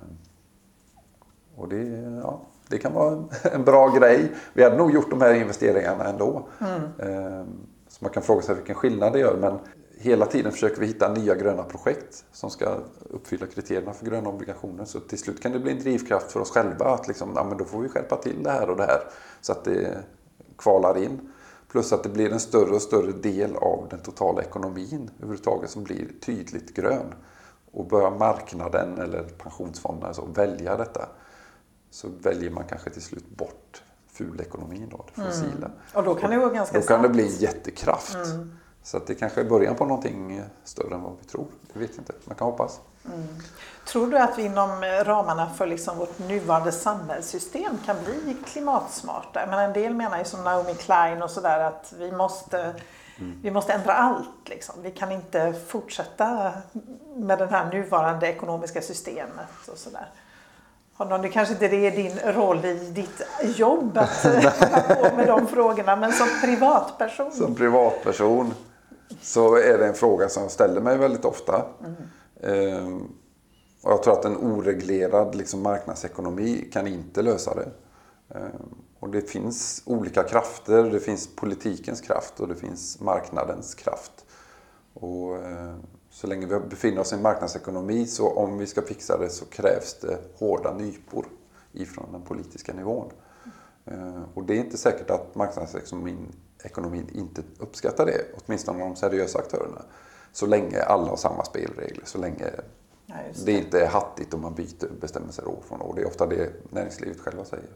Och det, ja, det kan vara en bra grej. Vi hade nog gjort de här investeringarna ändå. Mm. Så man kan fråga sig vilken skillnad det gör. Men hela tiden försöker vi hitta nya gröna projekt som ska uppfylla kriterierna för gröna obligationer. Så till slut kan det bli en drivkraft för oss själva att liksom, ja, men då får vi skärpa till det här och det här. Så att det kvalar in. Plus att det blir en större och större del av den totala ekonomin överhuvudtaget som blir tydligt grön. Och börjar marknaden eller pensionsfonderna så välja detta, så väljer man kanske till slut bort fulekonomin då, det fossila. Mm. Och då kan det vara ganska Då kan det bli en jättekraft. Mm. Så att det kanske är början på någonting större än vad vi tror. Det vet jag inte, man kan hoppas. Mm. Tror du att vi inom ramarna för liksom vårt nuvarande samhällssystem kan bli klimatsmarta? Men en del menar ju som Naomi Klein och sådär att vi måste, mm. vi måste ändra allt. Liksom. Vi kan inte fortsätta med det här nuvarande ekonomiska systemet och sådär. Det kanske inte är din roll i ditt jobb att hålla på med de frågorna, men som privatperson. Som privatperson så är det en fråga som jag ställer mig väldigt ofta. Mm. Ehm, och jag tror att en oreglerad liksom, marknadsekonomi kan inte lösa det. Ehm, och det finns olika krafter, det finns politikens kraft och det finns marknadens kraft. Och eh, så länge vi befinner oss i en marknadsekonomi så om vi ska fixa det så krävs det hårda nypor ifrån den politiska nivån. Mm. Och det är inte säkert att marknadsekonomin ekonomin inte uppskattar det, åtminstone de seriösa aktörerna. Så länge alla har samma spelregler, så länge ja, det. det inte är hattigt om man byter bestämmelser år från år. Det är ofta det näringslivet själva säger.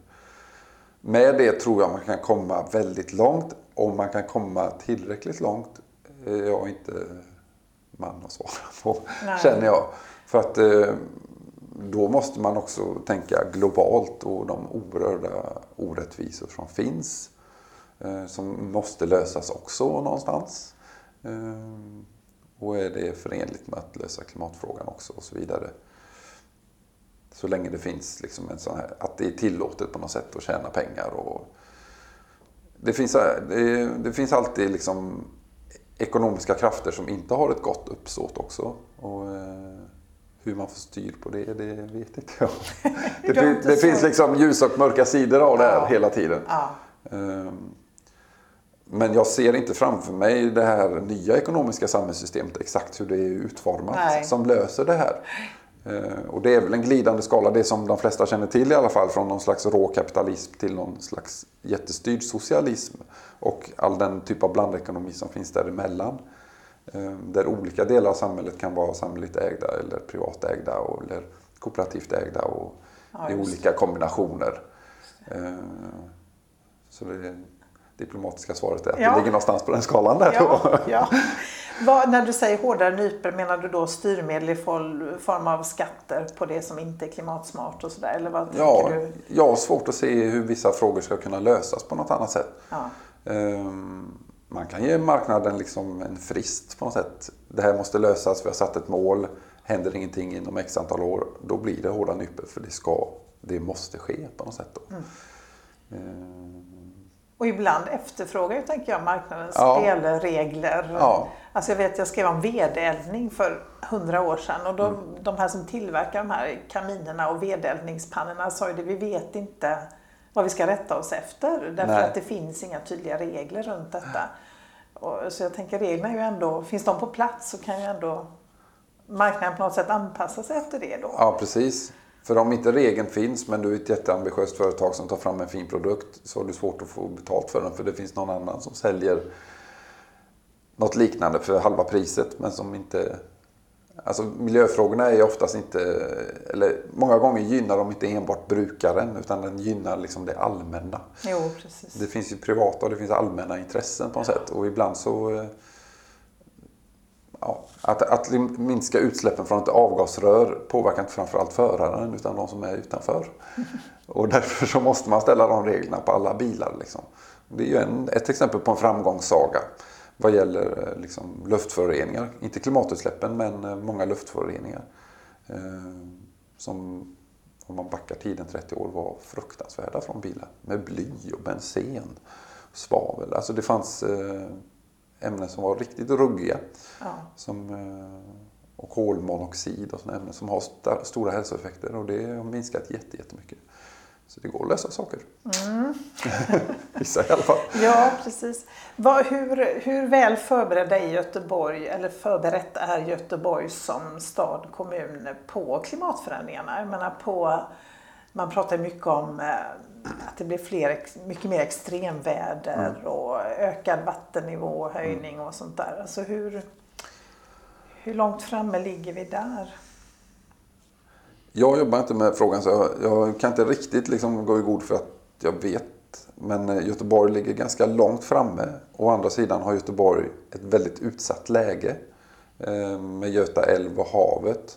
Med det tror jag man kan komma väldigt långt. Om man kan komma tillräckligt långt är jag inte man att svara på, Nej. känner jag. För att eh, då måste man också tänka globalt och de oerhörda orättvisor som finns. Eh, som måste lösas också någonstans. Eh, och är det förenligt med att lösa klimatfrågan också och så vidare. Så länge det finns liksom en sån här, att det är tillåtet på något sätt att tjäna pengar. Och det, finns, det, det finns alltid liksom ekonomiska krafter som inte har ett gott uppsåt också. Och eh, hur man får styr på det, det vet inte jag. Det, det, det finns liksom ljus och mörka sidor av det här ja. hela tiden. Ja. Um, men jag ser inte framför mig det här nya ekonomiska samhällssystemet exakt hur det är utformat Nej. som löser det här. Uh, och det är väl en glidande skala, det som de flesta känner till i alla fall, från någon slags råkapitalism till någon slags jättestyrd socialism och all den typ av blandekonomi som finns däremellan. Uh, där olika delar av samhället kan vara samhälleligt ägda eller privatägda och, eller kooperativt ägda och ja, i olika kombinationer. Uh, så det diplomatiska svaret är att ja. det ligger någonstans på den skalan där. Ja, ja. Vad, när du säger hårdare nyper, menar du då styrmedel i form av skatter på det som inte är klimatsmart och sådär? Eller vad ja, tänker du? Jag har svårt att se hur vissa frågor ska kunna lösas på något annat sätt. Ja. Um, man kan ge marknaden liksom en frist på något sätt. Det här måste lösas, vi har satt ett mål. Händer ingenting inom x antal år, då blir det hårda nyper för det ska, det måste ske på något sätt då. Mm. Um, Och ibland efterfrågar ju, tänker jag, marknadens Ja. spelregler. Ja. Alltså jag vet, jag skrev om vedeldning för hundra år sedan och då, mm. de här som tillverkar de här kaminerna och vedeldningspannorna sa ju det, vi vet inte vad vi ska rätta oss efter. Därför Nej. Att det finns inga tydliga regler runt detta. Och, så jag tänker, reglerna är ju ändå, finns de på plats så kan ju ändå marknaden på något sätt anpassa sig efter det då. Ja, precis. För om inte regeln finns men du är ett jätteambitiöst företag som tar fram en fin produkt så har du svårt att få betalt för den för det finns någon annan som säljer något liknande för halva priset men som inte... Alltså miljöfrågorna är ju oftast inte... Eller många gånger gynnar de inte enbart brukaren utan den gynnar liksom det allmänna. Jo, precis. Det finns ju privata och det finns allmänna intressen på något sätt och ibland så... Ja, att, att minska utsläppen från ett avgasrör påverkar inte framförallt föraren utan de som är utanför. Och därför så måste man ställa de reglerna på alla bilar. Liksom. Det är ju en, ett exempel på en framgångssaga vad gäller liksom, luftföroreningar. Inte klimatutsläppen men många luftföroreningar. Eh, som om man backar tiden trettio år var fruktansvärda från bilar. Med bly och bensen, svavel. Alltså det fanns... Eh, ämnen som var riktigt ruggiga ja. som, och kolmonoxid och sådana ämnen som har st- stora hälsoeffekter och det har minskat jätte, jättemycket. Så det går att lösa saker. Mm. Vissa i alla fall. Ja, precis. Vad, hur, hur väl förberedda är Göteborg, eller förberett är Göteborg som stad, kommun på klimatförändringarna? Jag menar på, man pratar mycket om att det blir fler, mycket mer extremväder mm. och ökad vattennivå, höjning och sånt där. Alltså hur, hur långt framme ligger vi där? Jag jobbar inte med frågan så jag, jag kan inte riktigt liksom gå i god för att jag vet. Men Göteborg ligger ganska långt framme. Å andra sidan har Göteborg ett väldigt utsatt läge eh, med Göta älv och havet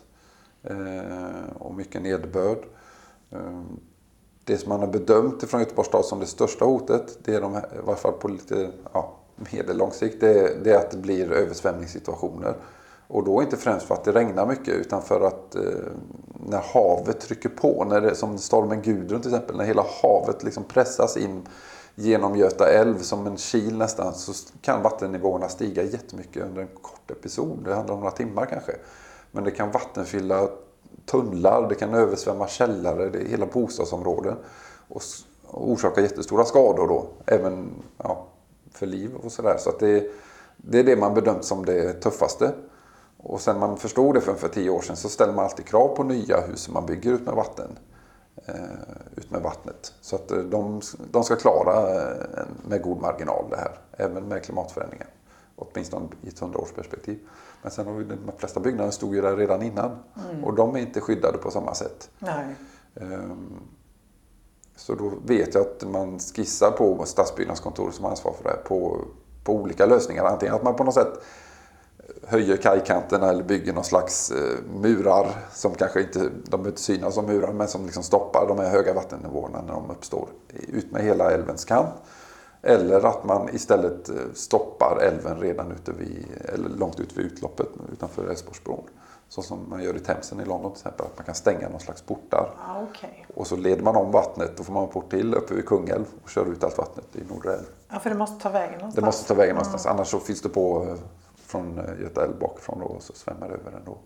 eh, och mycket nederbörd. Eh, Det som man har bedömt från Göteborgs stad som det största hotet, det är de här, i varje fall på lite ja, medellång sikt, det är, det är att det blir översvämningssituationer. Och då inte främst för att det regnar mycket utan för att eh, när havet trycker på, när det, som stormen Gudrun till exempel, när hela havet liksom pressas in genom Göta älv som en kil nästan så kan vattennivåerna stiga jättemycket under en kort episod. Det handlar om några timmar kanske. Men det kan vattenfylla tunnlar, det kan översvämma källare, det är hela bostadsområden och, och orsaka jättestora skador då, även ja, för liv och sådär. Så att det, det är det man bedömt som det tuffaste. Och sen man förstod det för, för tio år sedan så ställer man alltid krav på nya hus som man bygger ut med vatten. Eh, ut med vattnet. Så att de, de ska klara eh, med god marginal det här, även med klimatförändringen. Åtminstone i ett hundraårsperspektiv. Men sen har vi de flesta byggnader stod ju där redan innan. Mm. Och de är inte skyddade på samma sätt. Nej. Um, så då vet jag att man skissar på stadsbyggnadskontoret som ansvar för det här på, på olika lösningar. Antingen att man på något sätt höjer kajkanterna eller bygger någon slags eh, murar som kanske inte, de inte synas som murar men som liksom stoppar de här höga vattennivåerna när de uppstår ut med hela älvens kant. Eller att man istället stoppar älven redan ute vid, eller långt ut vid utloppet utanför Älvsborgsbron. Så som man gör i Themsen i London till exempel. Att man kan stänga någon slags portar. Ah, okay. Och så leder man om vattnet. Då får man en port till uppe vid Kungälv och kör ut allt vattnet i Nordre älv. Ja, för det måste ta vägen någonstans. Det måste ta vägen någonstans. Mm. Annars så finns det på från Göta älv bakifrån då, och så svämmar det över den då.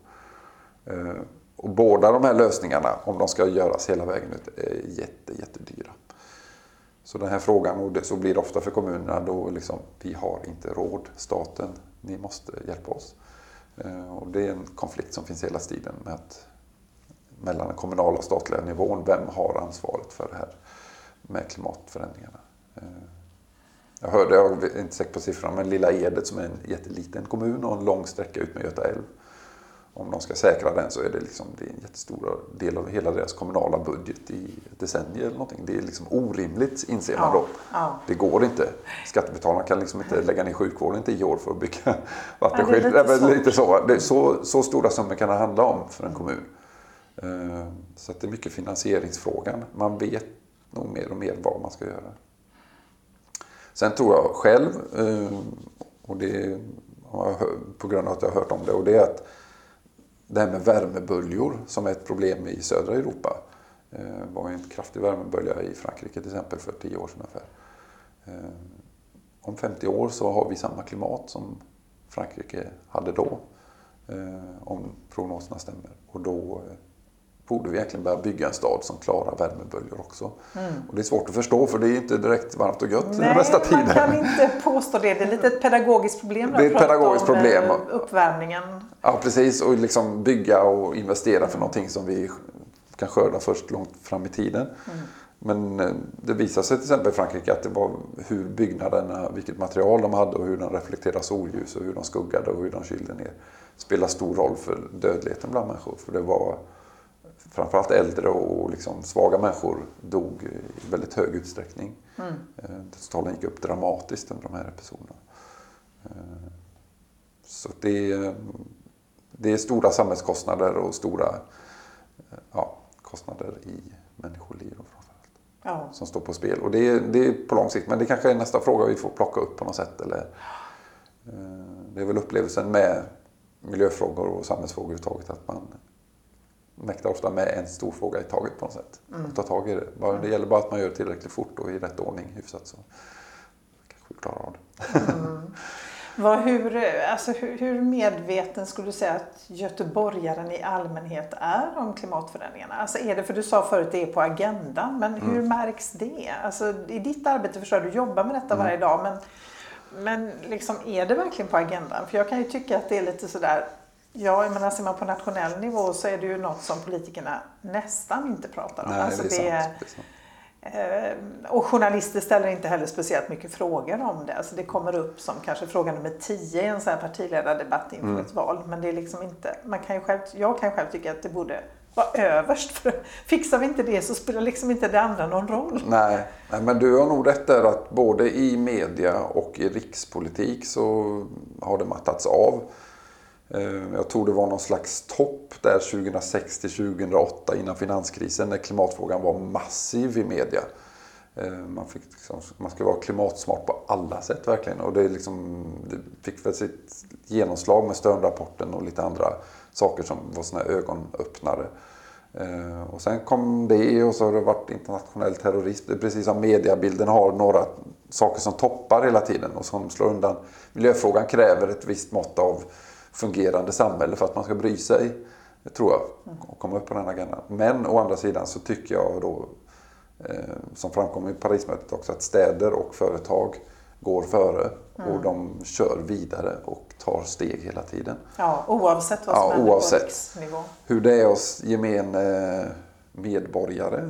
Och båda de här lösningarna, om de ska göras hela vägen ut, är jätte, jättedyra. Så den här frågan, och det, så blir det ofta för kommunerna då liksom, vi har inte råd, staten, ni måste hjälpa oss. Eh, och det är en konflikt som finns hela tiden med att, mellan den kommunala och statliga nivån, vem har ansvaret för det här med klimatförändringarna. Eh, jag hörde, jag är inte säker på siffran, men Lilla Edet som är en jätteliten kommun och en lång sträcka ut med Göta älv. Om de ska säkra den så är det, liksom, det är en jättestor del av hela deras kommunala budget i ett decennium eller någonting. Det är liksom orimligt, inser man då. Ja, ja. Det går inte. Skattebetalarna kan liksom inte lägga ner sjukvården i tio år för att bygga vattenskydd. Ja, det är lite så. lite så. Det är så, så stora summor kan det handla om för en kommun. Så att det är mycket finansieringsfrågan. Man vet nog mer och mer vad man ska göra. Sen tror jag själv, och det på grund av att jag har hört om det, och det är att det här med värmeböljor som är ett problem i södra Europa. Det var en kraftig värmebölja i Frankrike till exempel för tio år sedan ungefär. Om femtio år så har vi samma klimat som Frankrike hade då. Om prognoserna stämmer. Och då borde vi egentligen börja bygga en stad som klarar värmeböljor också. Mm. Och det är svårt att förstå för det är inte direkt varmt och gött Nej, den bästa tiden. Man kan inte påstå det. Det är lite ett pedagogiskt problem. Det är ett pedagogiskt problem. Uppvärmningen. Ja, precis. Och liksom bygga och investera mm. för någonting som vi kan skörda först långt fram i tiden. Mm. Men det visar sig till exempel i Frankrike att det var hur byggnaderna, vilket material de hade och hur de reflekterade solljus och hur de skuggade och hur de kylde ner. Spelar stor roll för dödligheten bland människor. För det var framförallt äldre och liksom svaga människor dog i väldigt hög utsträckning. Mm. Dödstalen gick upp dramatiskt under de här episoderna. Så det, det är stora samhällskostnader och stora ja, kostnader i människoliv och framförallt. Ja. Som står på spel. Och det är, det är på lång sikt, men det kanske är nästa fråga vi får plocka upp på något sätt. Eller, det är väl upplevelsen med miljöfrågor och samhällsfrågor överhuvudtaget att man mäktar ofta med en stor fråga i taget på något sätt. Mm. Och ta tag i det. Bara, det gäller bara att man gör det tillräckligt fort och i rätt ordning hyfsat så kanske vi klarar av det. Mm. Vad, hur, alltså, hur, hur medveten skulle du säga att göteborgaren i allmänhet är om klimatförändringarna? Alltså är det, för du sa förut det är på agendan, men hur mm. märks det? Alltså, i ditt arbete förstår du jobbar med detta mm. varje dag, men, men liksom, är det verkligen på agendan? För jag kan ju tycka att det är lite sådär, ja, jag menar, ser man på nationell nivå så är det ju något som politikerna nästan inte pratar om. Nej, alltså, det är det är, sant. Det är sant. Och journalister ställer inte heller speciellt mycket frågor om det. Alltså det kommer upp som kanske fråga nummer tio i en sån här partiledardebatt inför mm. ett val. Men det är liksom inte, man kan ju själv, jag kan själv tycka att det borde vara överst. För fixar vi inte det så spelar liksom inte det andra någon roll. Nej, nej men du har nog rätt där att både i media och i rikspolitik så har det mattats av. Jag tror det var någon slags topp där tjugohundrasex till tjugohundraåtta innan finanskrisen när klimatfrågan var massiv i media. Man, fick liksom, man skulle vara klimatsmart på alla sätt verkligen. Och det, liksom, det fick väl sitt genomslag med Sternrapporten och lite andra saker som var såna här ögonöppnare. Och sen kom det och så har det varit internationell terrorism. Det är precis som mediebilden har några saker som toppar hela tiden och som slår undan. Miljöfrågan kräver ett visst mått av fungerande samhälle för att man ska bry sig, tror jag, och komma upp på den agendan. Men å andra sidan så tycker jag då, eh, som framkommer i Parismötet också, att städer och företag går före mm. och de kör vidare och tar steg hela tiden. Ja, oavsett vad som ja, händer oavsett. på riksnivå. Hur det är oss gemene medborgare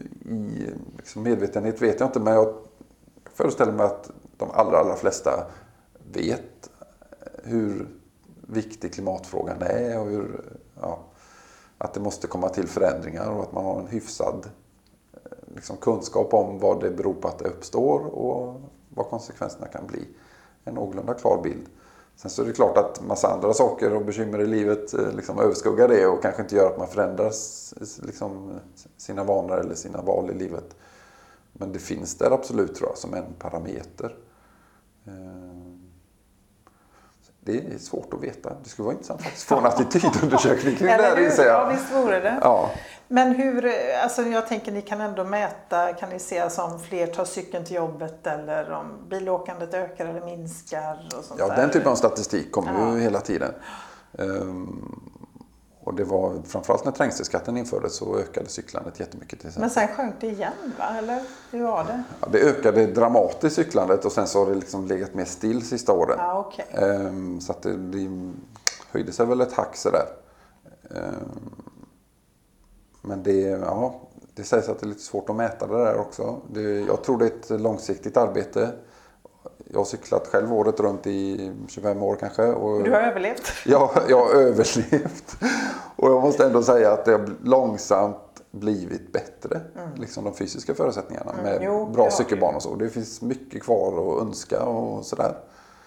i liksom medvetenhet vet jag inte, men jag föreställer mig att de allra, allra flesta vet hur viktig klimatfrågan är och hur, ja, att det måste komma till förändringar och att man har en hyfsad liksom, kunskap om vad det beror på att det uppstår och vad konsekvenserna kan bli. En någorlunda klar bild. Sen så är det klart att massa andra saker och bekymmer i livet liksom, överskuggar det och kanske inte gör att man förändrar liksom, sina vanor eller sina val i livet. Men det finns där absolut, tror jag, som en parameter. Det är svårt att veta. Det skulle vara intressant att få en attitydundersökning kring det här, inser jag. Ja, visst vore det. Ja. Men hur, alltså jag tänker ni kan ändå mäta, kan ni se alltså om fler tar cykeln till jobbet eller om bilåkandet ökar eller minskar? Och sånt ja, där. Den typen av statistik kommer ja. ju hela tiden. Um, och det var framförallt när trängselskatten infördes så ökade cyklandet jättemycket. Till Men sen sjönk det igen, va? Eller hur var det? Ja, det ökade dramatiskt cyklandet och sen så har det liksom legat mer still sista åren. Ja, okay. um, så att det, det höjde sig väl ett hack sådär. Um, men det, ja, det sägs att det är lite svårt att mäta det där också. Det, jag tror det är ett långsiktigt arbete. Jag har cyklat själv året runt i tjugofem år kanske. Och du har överlevt? Ja, jag har överlevt. Och jag måste ändå säga att det har långsamt blivit bättre. Mm. Liksom de fysiska förutsättningarna mm. med jo, bra ja. cykelbanor och så. Det finns mycket kvar att önska och sådär.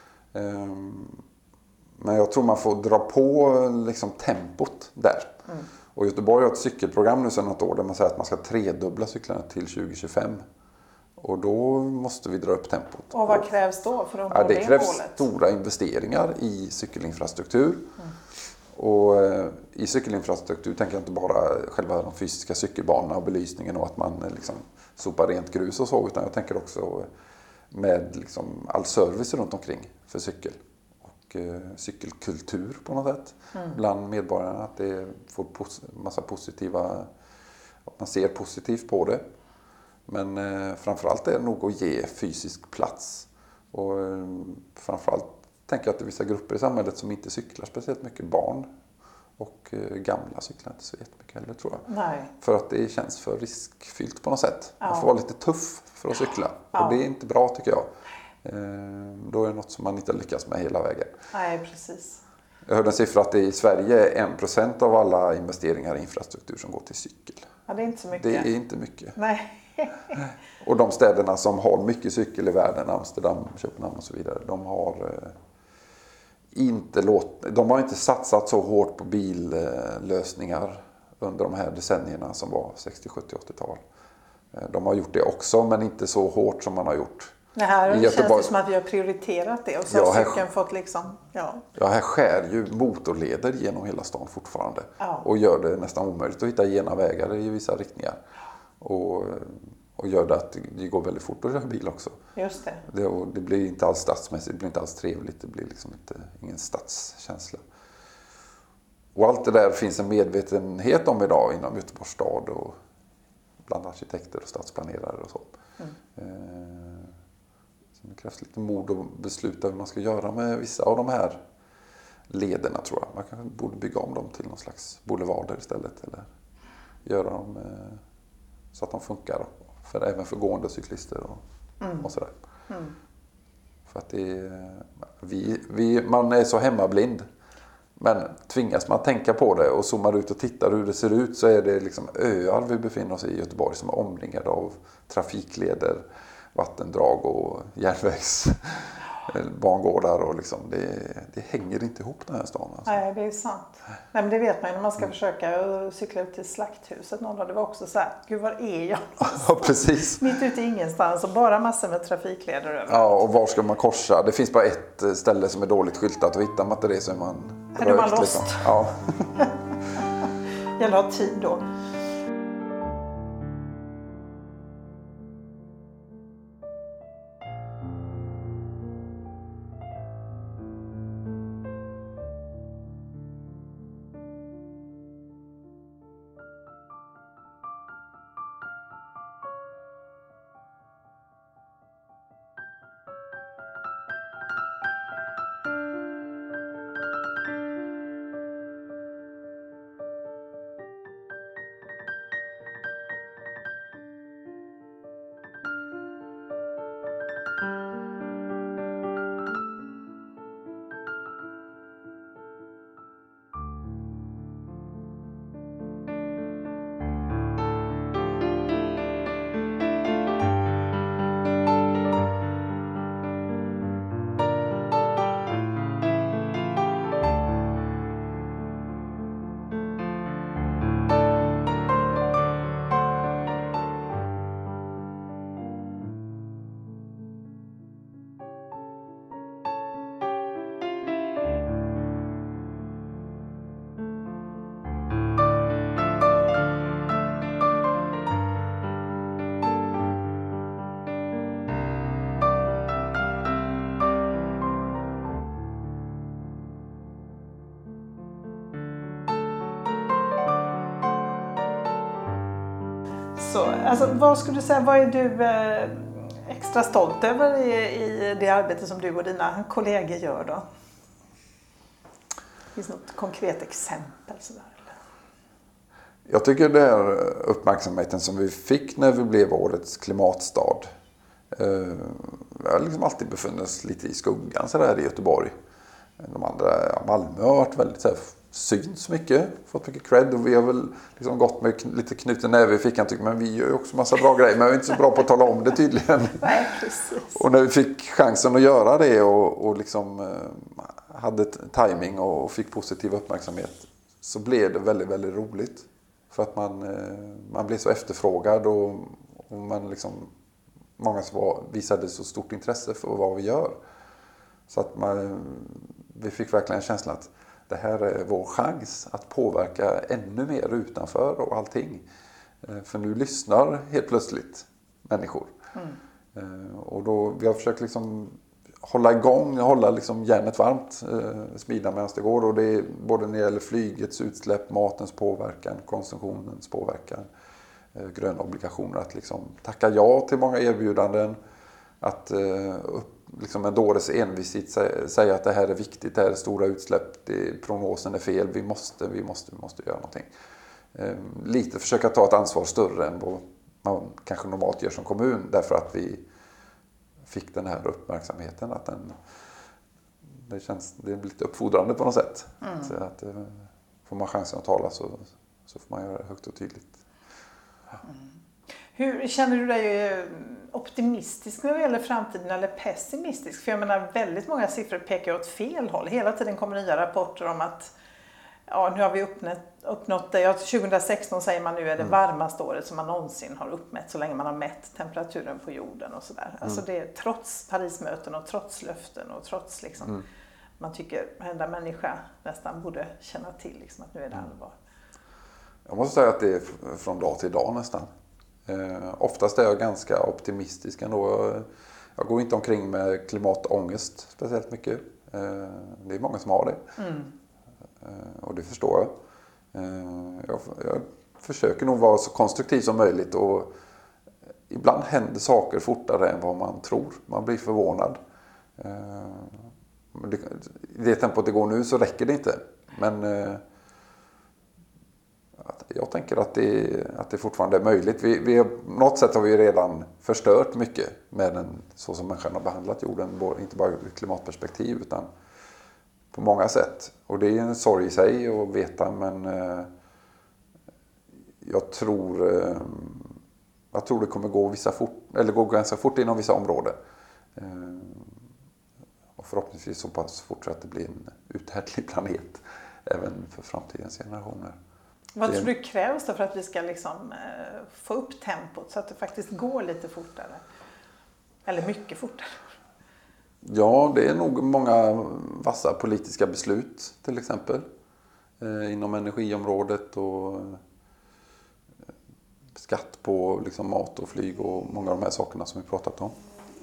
Men jag tror man får dra på liksom tempot där. Mm. Och Göteborg har ett cykelprogram nu sedan något år där man säger att man ska tredubbla cyklarna till tjugo tjugofem. Och då måste vi dra upp tempot. Och vad krävs då för att nå ja, det, det krävs målet? Stora investeringar i cykelinfrastruktur. Mm. Och eh, i cykelinfrastruktur tänker jag inte bara själva de fysiska cykelbanorna och belysningen och att man eh, liksom sopar rent grus och så, utan jag tänker också med liksom all service runt omkring för cykel. Och eh, cykelkultur på något sätt mm. bland medborgarna. Att det får pos- massa positiva, att man ser positivt på det. Men eh, framförallt är det nog att ge fysisk plats. Och eh, framförallt tänker jag att det är vissa grupper i samhället som inte cyklar speciellt mycket, barn. Och eh, gamla cyklar inte så jättemycket heller tror jag. Nej. För att det känns för riskfyllt på något sätt. Ja. Man får vara lite tuff för att cykla. Ja. Och det är inte bra tycker jag. Eh, då är det något som man inte lyckas med hela vägen. Nej, precis. Jag hörde en siffra att det i Sverige är en procent av alla investeringar i infrastruktur som går till cykel. Ja, det är inte så mycket. Det är inte mycket. Nej. Och de städerna som har mycket cykel i världen, Amsterdam, Köpenhamn och så vidare, de har eh, inte låt, de har inte satsat så hårt på billösningar under de här decennierna som var sextio, sjuttio, åttio-tal. De har gjort det också, men inte så hårt som man har gjort. Det här I känns Göteborg. det som att vi har prioriterat det och så Ja, har här- cykeln fått liksom, ja. Ja, här skär ju motorleder genom hela stan fortfarande. Ja. Och gör det nästan omöjligt att hitta gena vägar i vissa riktningar. Och, och gör det att det går väldigt fort att köra bil också. Just det. Det, och det blir inte alls stadsmässigt, det blir inte alls trevligt, det blir liksom inte, ingen stadskänsla. Och allt det där finns en medvetenhet om idag inom Göteborgs stad och bland arkitekter och stadsplanerare och så. Mm. Eh, så det krävs lite mod att besluta hur man ska göra med vissa av de här lederna tror jag. Man kanske borde bygga om dem till någon slags boulevarder istället eller göra dem eh, så att de funkar för, även för gående cyklister och, mm. och sådär. Mm. För att det är, vi, vi, man är så hemmablind. Men tvingas man tänka på det och zoomar ut och tittar hur det ser ut så är det liksom öar vi befinner oss i Göteborg som är omringade av trafikleder, vattendrag och järnvägsbangårdar och liksom det, det hänger inte ihop den här stan. Alltså. Nej, det är sant. Nej, men det vet man ju när man ska mm. försöka cykla ut till Slakthuset. Någon det var också så här, gud var är jag? Ja, precis. Mitt ute i ingenstans och bara massor med trafikleder överallt. Ja, och var ska man korsa? Det finns bara ett ställe som är dåligt skyltat och hittar man inte det så är man Är du man lost? Liksom. Ja. Gäller att ha tid då. Så, alltså, vad skulle du säga, vad är du eh, extra stolt över i, i det arbete som du och dina kollegor gör då? Finns det något konkret exempel sådär? Jag tycker den här uppmärksamheten som vi fick när vi blev årets klimatstad. Eh, jag har liksom alltid befunnit oss lite i skuggan så där i Göteborg. De andra, ja, Malmö har varit väldigt så här, syns mycket, fått mycket cred och vi har väl liksom gått med lite knuten näve i fickan tycker men vi gör ju också massa bra grejer men vi är inte så bra på att tala om det tydligen. Nej, precis. Och när vi fick chansen att göra det och, och liksom eh, hade timing och fick positiv uppmärksamhet så blev det väldigt, väldigt roligt. För att man, eh, man blev så efterfrågad och, och man liksom, många som var, visade så stort intresse för vad vi gör. Så att man, vi fick verkligen känslan att det här är vår chans att påverka ännu mer utanför och allting. För nu lyssnar helt plötsligt människor. Mm. Och då, vi har försökt liksom hålla igång, hålla liksom järnet varmt, smida medan det går. Och det är både när det gäller flygets utsläpp, matens påverkan, konsumtionens påverkan, gröna obligationer. Att liksom tacka ja till många erbjudanden. Att liksom en dåres envisigt säga att det här är viktigt, det här är stora utsläpp, det, prognosen är fel, vi måste, vi måste, vi måste göra någonting. Lite försöka ta ett ansvar större än vad man kanske normalt gör som kommun, därför att vi fick den här uppmärksamheten. Att den, det, känns, det är lite uppfordrande på något sätt. Mm. Så att, får man chansen att tala så, så får man göra det högt och tydligt. Ja. Mm. Hur känner du dig optimistisk när det gäller framtiden eller pessimistisk? För jag menar, väldigt många siffror pekar åt fel håll. Hela tiden kommer nya rapporter om att ja, nu har vi uppnått, uppnått det. Ja, tjugohundrasexton säger man nu är det mm. varmaste året som man någonsin har uppmätt så länge man har mätt temperaturen på jorden och sådär. Mm. Alltså det är trots Parismöten och trots löften och trots liksom, mm. man tycker varenda människa nästan borde känna till liksom, att nu är det allvar. Jag måste säga att det är från dag till dag nästan. Eh, oftast är jag ganska optimistisk ändå. Jag går inte omkring med klimatångest speciellt mycket. Eh, det är många som har det. Mm. Eh, och det förstår jag. Eh, jag. Jag försöker nog vara så konstruktiv som möjligt. Och ibland händer saker fortare än vad man tror. Man blir förvånad. Eh, det, I det tempot det går nu så räcker det inte. Men... Eh, Jag tänker att det, att det fortfarande är möjligt. Vi, vi, på något sätt har vi redan förstört mycket med den, så som människan har behandlat jorden. Inte bara ur klimatperspektiv utan på många sätt. Och det är en sorg i sig att veta, men eh, jag, tror, eh, jag tror det kommer gå, vissa fort, eller gå ganska fort inom vissa områden. Eh, och förhoppningsvis så pass fort så att det blir en uthärdlig planet även för framtidens generationer. Vad tror du krävs då för att vi ska liksom, eh, få upp tempot så att det faktiskt går lite fortare? Eller mycket fortare? Ja, det är nog många vassa politiska beslut till exempel. Eh, inom energiområdet och eh, skatt på liksom, mat och flyg och många av de här sakerna som vi pratat om.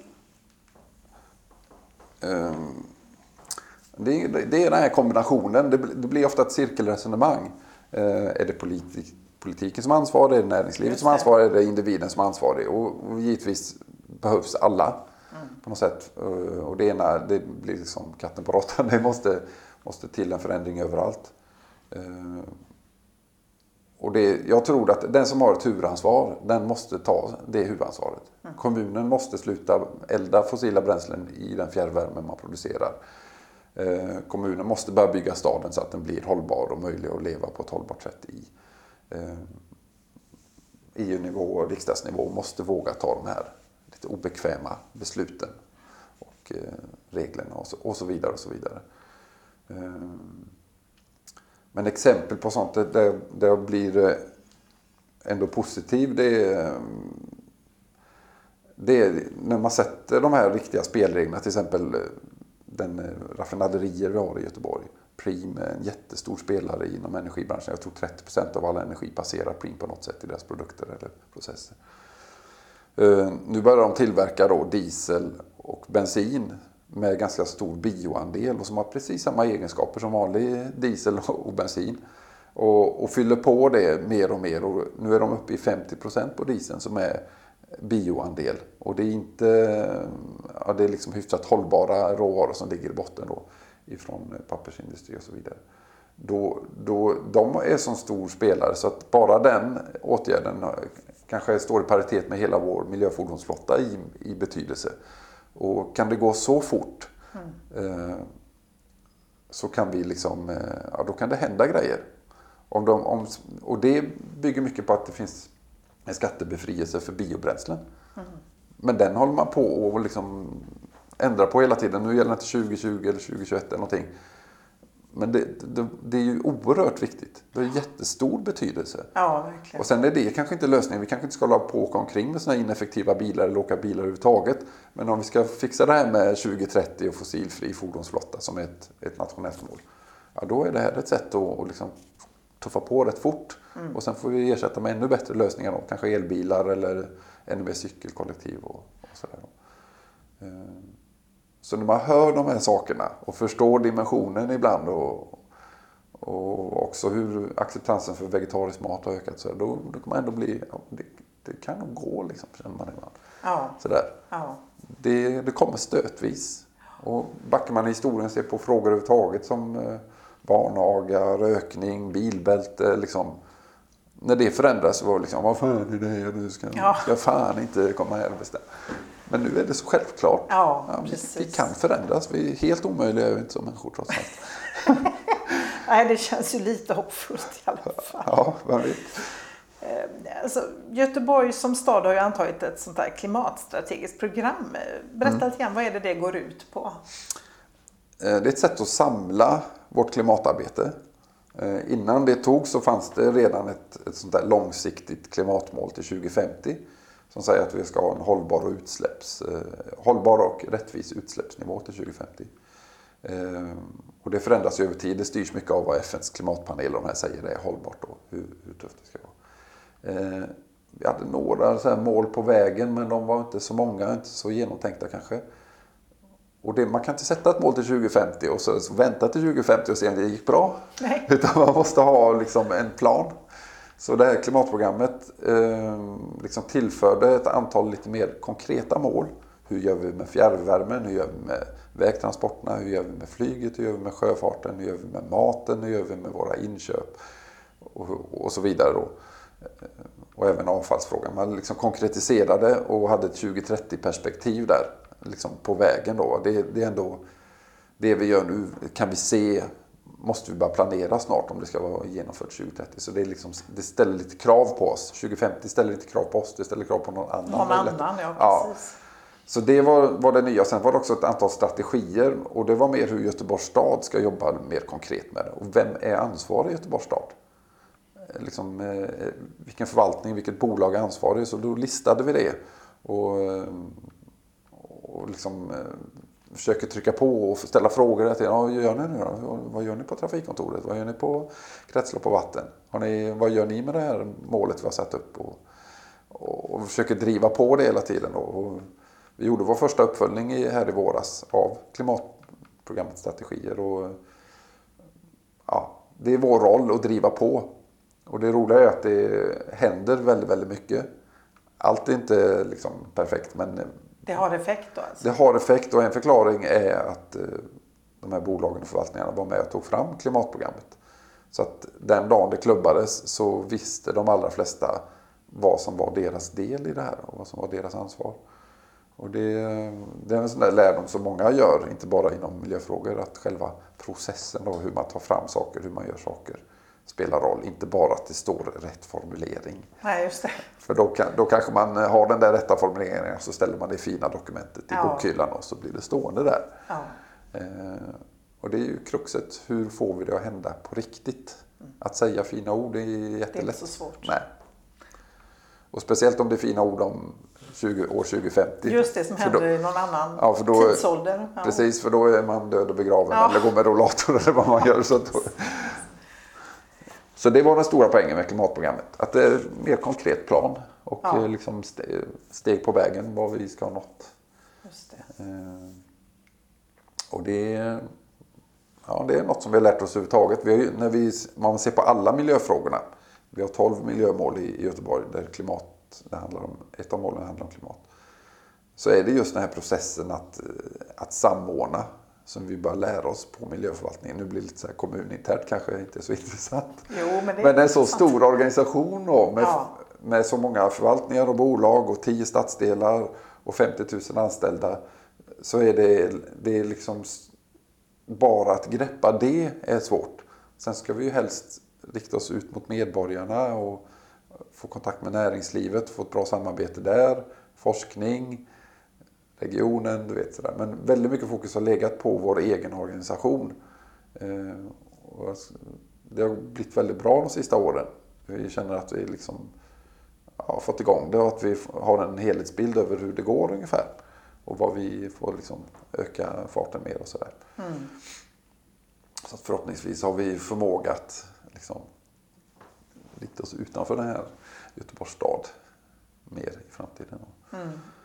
Eh, det, det är den här kombinationen. Det, det blir ofta ett cirkelresonemang. Är det politik, politiken som ansvarig, är det näringslivet som ansvarig, är det individen som ansvarig? Och, och givetvis behövs alla mm. på något sätt. Och det ena, det blir liksom katten på råttan. Det måste, måste till en förändring överallt. Och det, jag tror att den som har ett huvudansvar, den måste ta det huvudansvaret. Mm. Kommunen måste sluta elda fossila bränslen i den fjärrvärme man producerar. Kommunen måste börja bygga staden så att den blir hållbar och möjlig att leva på ett hållbart sätt i. E U-nivå och riksdagsnivå måste våga ta de här lite obekväma besluten och reglerna och så, och så vidare och så vidare. Men exempel på sånt där, där jag blir ändå positiv, det är, det är när man sätter de här riktiga spelreglerna, till exempel den raffinaderier vi har i Göteborg. Preem är en jättestor spelare inom energibranschen. Jag tror trettio procent av all energi passerar Preem på något sätt i deras produkter eller processer. Uh, nu börjar de tillverka då diesel och bensin med ganska stor bioandel och som har precis samma egenskaper som vanlig diesel och bensin. Och, och fyller på det mer och mer. Och nu är de uppe i femtio procent på dieseln som är bioandel. Och det är inte, ja, det är liksom hyfsat hållbara råvaror som ligger i botten då, ifrån pappersindustri och så vidare. Då, då, de är så stor spelare så att bara den åtgärden kanske står i paritet med hela vår miljöfordonsflotta i, i betydelse. Och kan det gå så fort mm. eh, så kan vi liksom, eh, ja, då kan det hända grejer. Om de, om, och det bygger mycket på att det finns en skattebefrielse för biobränslen. Mm. Men den håller man på att liksom ändra på hela tiden. Nu gäller det inte tjugo tjugo eller tjugo tjugoett eller någonting. Men det, det, det är ju oerhört viktigt. Det har jättestor betydelse. Ja, verkligen. Och sen är det kanske inte lösningen. Vi kanske inte ska hålla på och åka omkring med sådana ineffektiva bilar eller åka bilar överhuvudtaget. Men om vi ska fixa det här med tjugo trettio och fossilfri fordonsflotta som är ett, ett nationellt mål. Ja, då är det här ett sätt att, att liksom tuffa på rätt fort. Mm. Och sen får vi ersätta med ännu bättre lösningar då. Kanske elbilar eller ännu mer cykelkollektiv och, och Och så, där. Så när man hör de här sakerna och förstår dimensionen ibland och, och också hur acceptansen för vegetarisk mat har ökat, så då, då kan man ändå bli, ja, det, det kan nog gå liksom, känner man ibland. Ja. Så där. Ja. Det, det kommer stötvis. Och backar man i historien ser på frågor överhuvudtaget som eh, barnaga, rökning, bilbälte, liksom. När det förändras så var det liksom, vad fan är det? Du ska, ja. ska fan inte komma här och bestämma. Men nu är det så självklart. Ja, ja, vi, precis. vi kan förändras. Vi är helt omöjliga, är vi inte som människor trots allt. Nej, det känns ju lite hoppfullt i alla fall. Ja, vad vet. Alltså, Göteborg som stad har ju antagit ett sånt här klimatstrategiskt program. Berätta mm. lite grann, vad är det det går ut på? Det är ett sätt att samla vårt klimatarbete. Innan det tog så fanns det redan ett, ett sånt där långsiktigt klimatmål till tjugo femtio. Som säger att vi ska ha en hållbar och, utsläpps, hållbar och rättvis utsläppsnivå till tjugo femtio. Och det förändras ju över tid. Det styrs mycket av vad F N:s klimatpanel de här säger det är hållbart och hur, hur tufft det ska vara. Vi hade några så här mål på vägen, men de var inte så många, inte så genomtänkta kanske. Och det, man kan inte sätta ett mål till tjugo femtio och så, så vänta till tjugo femtio och se om det gick bra. Nej. Utan man måste ha liksom en plan. Så det här klimatprogrammet eh, liksom tillförde ett antal lite mer konkreta mål. Hur gör vi med fjärrvärmen? Hur gör vi med vägtransporterna? Hur gör vi med flyget? Hur gör vi med sjöfarten? Hur gör vi med maten? Hur gör vi med våra inköp? Och, och så vidare då. Och även avfallsfrågan. Man liksom konkretiserade och hade ett tjugo trettio perspektiv där. Liksom på vägen då. Det, det är ändå det vi gör nu. Kan vi se, måste vi bara planera snart om det ska vara genomfört tjugo trettio. Så det, är liksom, det ställer lite krav på oss. tjugo femtio ställer lite krav på oss. Det ställer krav på någon annan. Någon annan, ja, ja. precis. Så det var, var det nya. Sen var det också ett antal strategier. Och det var mer hur Göteborgs stad ska jobba mer konkret med det. Och vem är ansvarig i Göteborgs stad? Liksom, eh, vilken förvaltning, vilket bolag är ansvarig. Så då listade vi det. Och, och liksom, eh, försöker trycka på och ställa frågor. Till, ja, vad gör ni nu då? Vad gör ni på trafikkontoret? Vad gör ni på kretslopp och vatten? Har ni, vad gör ni med det här målet vi har satt upp? Och, och, och försöker driva på det hela tiden. Och vi gjorde vår första uppföljning i, här i våras av klimatprogrammets strategier. Och, ja, det är vår roll att driva på. Och det roliga är att det händer väldigt, väldigt mycket. Allt är inte liksom perfekt, men det har effekt då alltså? Det har effekt, och en förklaring är att de här bolagen och förvaltningarna var med och tog fram klimatprogrammet. Så att den dagen det klubbades så visste de allra flesta vad som var deras del i det här och vad som var deras ansvar. Och det, det är en sån där lärdom som många gör, inte bara inom miljöfrågor, att själva processen och hur man tar fram saker, hur man gör saker spelar roll. Inte bara att det står rätt formulering. Nej, just det. För då, kan, då kanske man har den där rätta formuleringen och så ställer man det fina dokumentet i ja. bokhyllan och så blir det stående där. Ja. Eh, och det är ju kruxet. Hur får vi det att hända på riktigt? Mm. Att säga fina ord är jättelätt. Det är inte så svårt. Nej. Och speciellt om det är fina ord om tjugo, år tjugo femtio. Just det, som händer i någon annan ja, för då, tidsålder. Ja. Precis, för då är man död och begraven ja. eller går med rollator eller vad man gör. Så, då, så det var den stora poängen med klimatprogrammet. Att det är en mer konkret plan och ja. liksom steg på vägen vad vi ska ha nått. Just det. Och det, ja, det är något som vi har lärt oss överhuvudtaget. Vi har ju, när vi, man ser på alla miljöfrågorna. Vi har tolv miljömål i Göteborg där klimat, det handlar om, ett av målen handlar om klimat. Så är det just den här processen att, att samordna som vi bara lär oss på miljöförvaltningen. Nu blir det lite så här kommuninternt, kanske inte så intressant. Jo, men, det men en så stor organisation då, med, ja. med så många förvaltningar och bolag och tio stadsdelar och femtio tusen anställda, så är det, det är liksom bara att greppa det är svårt. Sen ska vi ju helst rikta oss ut mot medborgarna och få kontakt med näringslivet, få ett bra samarbete där, forskning, regionen, du vet sådär. Men väldigt mycket fokus har legat på vår egen organisation. Eh, och det har blivit väldigt bra de sista åren. Vi känner att vi liksom har fått igång det och att vi har en helhetsbild över hur det går ungefär. Och vad vi får liksom öka farten med och sådär. Mm. Så att förhoppningsvis har vi förmåga att liksom rikta oss utanför den här Göteborgs stad mer i framtiden. Mm.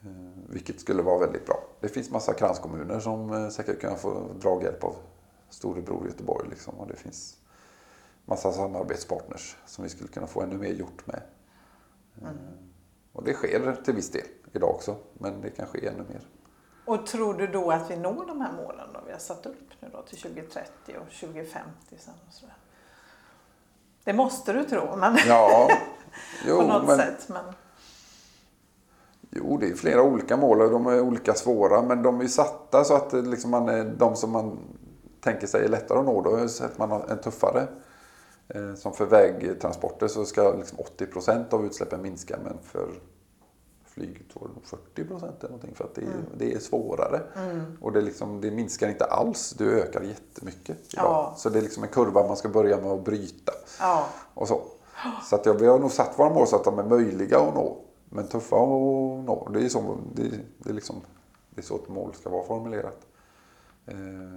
Vilket skulle vara väldigt bra. Det finns massa kranskommuner som säkert kan få draghjälp av Storebror Göteborg. Liksom. Och det finns massa samarbetspartners som vi skulle kunna få ännu mer gjort med. Mm. Och det sker till viss del idag också. Men det kan ske ännu mer. Och tror du då att vi når de här målen då vi har satt upp nu då till tjugo trettio och tjugo femtio sen och sådär? Det måste du tro, men ja, jo, på något men, sätt. Men... Jo, det är flera olika mål och de är olika svåra. Men de är satta så att liksom man är, de som man tänker sig är lättare att nå. Då sätter man en tuffare. Eh, som för vägtransporter så ska liksom åttio procent av utsläppen minska. Men för flyget var det fyrtio procent eller någonting. För att det är, mm. det är svårare. Mm. Och det, liksom, det minskar inte alls. Det ökar jättemycket idag. Ja. Så det är liksom en kurva man ska börja med att bryta. Ja. Och så. Så att jag, vi har nog satt våra mål så att de är möjliga att nå. Men tuffa att nå. Det är, så, det, det, är liksom, det är så ett mål ska vara formulerat. Eh,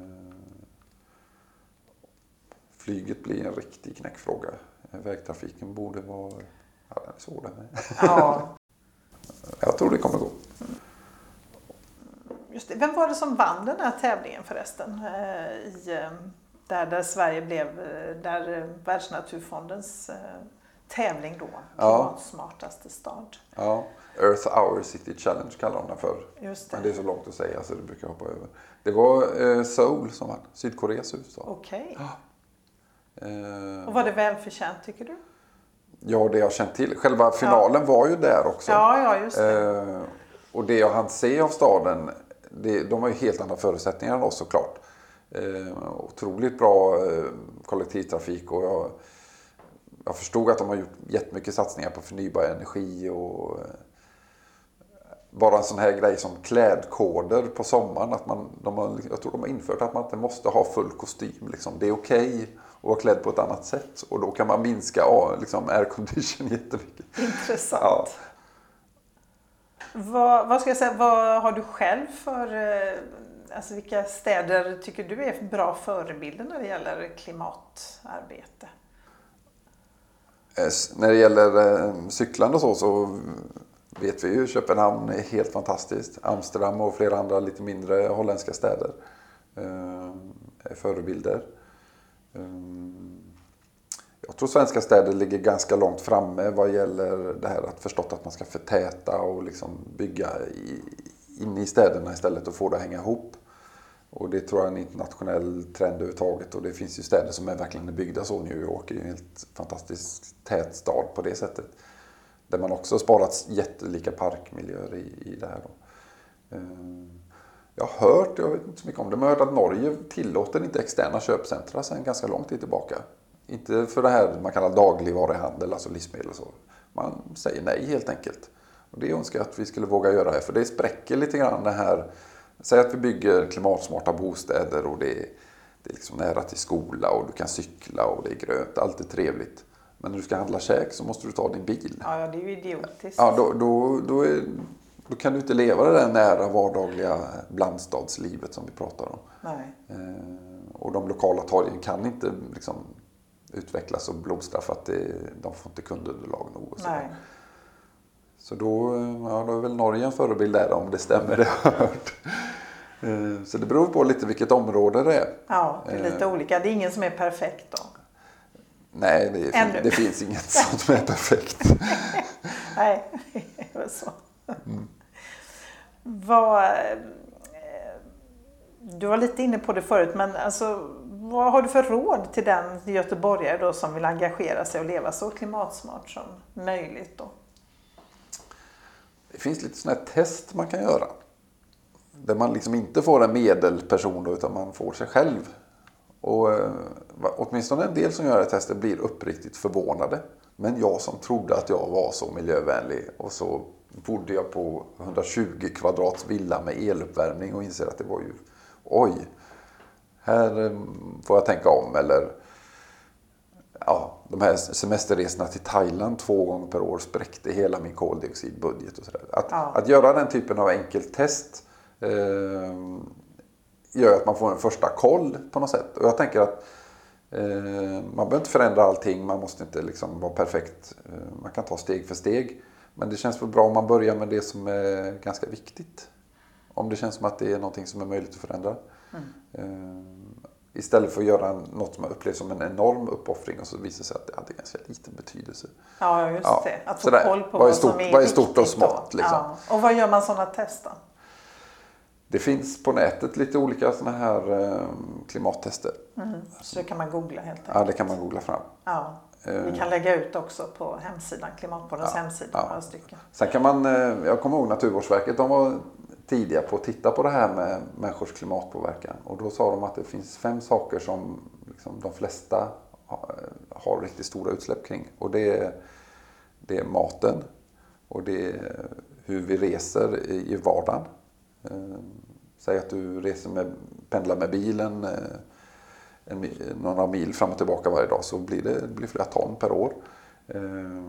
flyget blir en riktig knäckfråga. Vägtrafiken borde vara... Ja, den är svår den. Ja. Jag tror det kommer gå. Just det. Vem var det som vann den här tävlingen förresten? I, där, där Sverige blev... Där Världsnaturfondens... tävling då, klimatsmartaste stad. Ja, Earth Hour City Challenge kallar de den för. Just det. Men det är så långt att säga så det brukar jag hoppa över. Det var eh, Seoul som vann, Sydkoreas huvudstad. Okej. Ja. Eh, och var det välförtjänt tycker du? Ja, det jag känt till. Själva finalen ja. var ju där också. Ja, ja just det. Eh, och det jag hann se av staden, det, de har ju helt andra förutsättningar än oss såklart. Eh, otroligt bra eh, kollektivtrafik och jag... Jag förstod att de har gjort jättemycket satsningar på förnybar energi och bara en sån här grej som klädkoder på sommaren. Att man, de har, jag tror de har infört att man inte måste ha full kostym. Liksom. Det är okej att vara klädd på ett annat sätt och då kan man minska liksom, aircondition jättemycket. Intressant. Ja. Vad, vad ska jag säga, vad har du själv för, alltså vilka städer tycker du är bra förebilder när det gäller klimatarbete? När det gäller cyklande och så, så vet vi ju Köpenhamn är helt fantastiskt. Amsterdam och flera andra lite mindre holländska städer är förebilder. Jag tror svenska städer ligger ganska långt framme vad gäller det här att förstått att man ska förtäta och liksom bygga in i städerna istället och få det att hänga ihop. Och det tror jag är en internationell trend överhuvudtaget. Och det finns ju städer som är verkligen byggda så. New York är ju en helt fantastiskt tät stad på det sättet. Där man också har sparat jättelika parkmiljöer i, i det här. Då. Jag har hört, jag vet inte så mycket om det, men jag har hört att Norge tillåter inte externa köpcentra sedan ganska lång tid tillbaka. Inte för det här man kallar dagligvaruhandel, alltså livsmedel och så. Man säger nej helt enkelt. Och det önskar jag att vi skulle våga göra här. För det spräcker lite grann det här. Säg att vi bygger klimatsmarta bostäder och det är, det är liksom nära till skola och du kan cykla och det är grönt. Allt är trevligt. Men när du ska handla käk så måste du ta din bil. Ja, det är ju idiotiskt. Ja, då, då, då, är, då kan du inte leva det där nära vardagliga blandstadslivet som vi pratar om. Nej. Eh, och de lokala torgen kan inte liksom utvecklas och blomstra för att det, de får inte kundunderlag nog. Och så. Nej. Så då, ja, då är väl Norge en förebild där om det stämmer, det jag har hört. Så det beror på lite vilket område det är. Ja, det är lite olika. Det är ingen som är perfekt då? Nej, det, är, det finns inget som är perfekt. Nej, det är så. Mm. Vad, du var lite inne på det förut, men alltså, vad har du för råd till den göteborgare då som vill engagera sig och leva så klimatsmart som möjligt då? Det finns lite sådana här test man kan göra. Där man liksom inte får en medelperson då, utan man får sig själv. Och eh, åtminstone en del som gör det testet blir uppriktigt förvånade. Men jag som trodde att jag var så miljövänlig och så bodde jag på hundratjugo kvadrats villa med eluppvärmning och inser att det var ju, oj, här får jag tänka om. Eller ja, de här semesterresorna till Thailand två gånger per år spräckte hela min koldioxidbudget och sådär. Att, ja. att göra den typen av enkelt test eh, gör att man får en första koll på något sätt. Och jag tänker att eh, man behöver inte förändra allting, man måste inte liksom vara perfekt. Eh, man kan ta steg för steg. Men det känns väl bra om man börjar med det som är ganska viktigt. Om det känns som att det är någonting som är möjligt att förändra. Mm. Istället för att göra något som man upplever som en enorm uppoffring och så visar sig att det hade ganska liten betydelse. Ja, just ja. det. Att få Sådär. koll på vad, vad, är stort, som är vad är stort och smått. då. Liksom. Ja. Och vad gör man sådana tester? Det finns på nätet lite olika sådana här eh, klimattester. Mm. Så det kan man googla helt enkelt? Ja, det kan man googla fram. Ja. Vi kan lägga ut också på hemsidan, Klimatpoddens ja, hemsida. Ja. Några stycken. Sen kan man, jag kommer ihåg Naturvårdsverket, de var tidiga på att titta på det här med människors klimatpåverkan. Och då sa de att det finns fem saker som liksom de flesta har, har riktigt stora utsläpp kring. Och det är, det är maten och det är hur vi reser i, i vardagen. Eh, säg att du reser med, pendlar med bilen eh, en, några mil fram och tillbaka varje dag så blir det, det blir flera ton per år. Eh,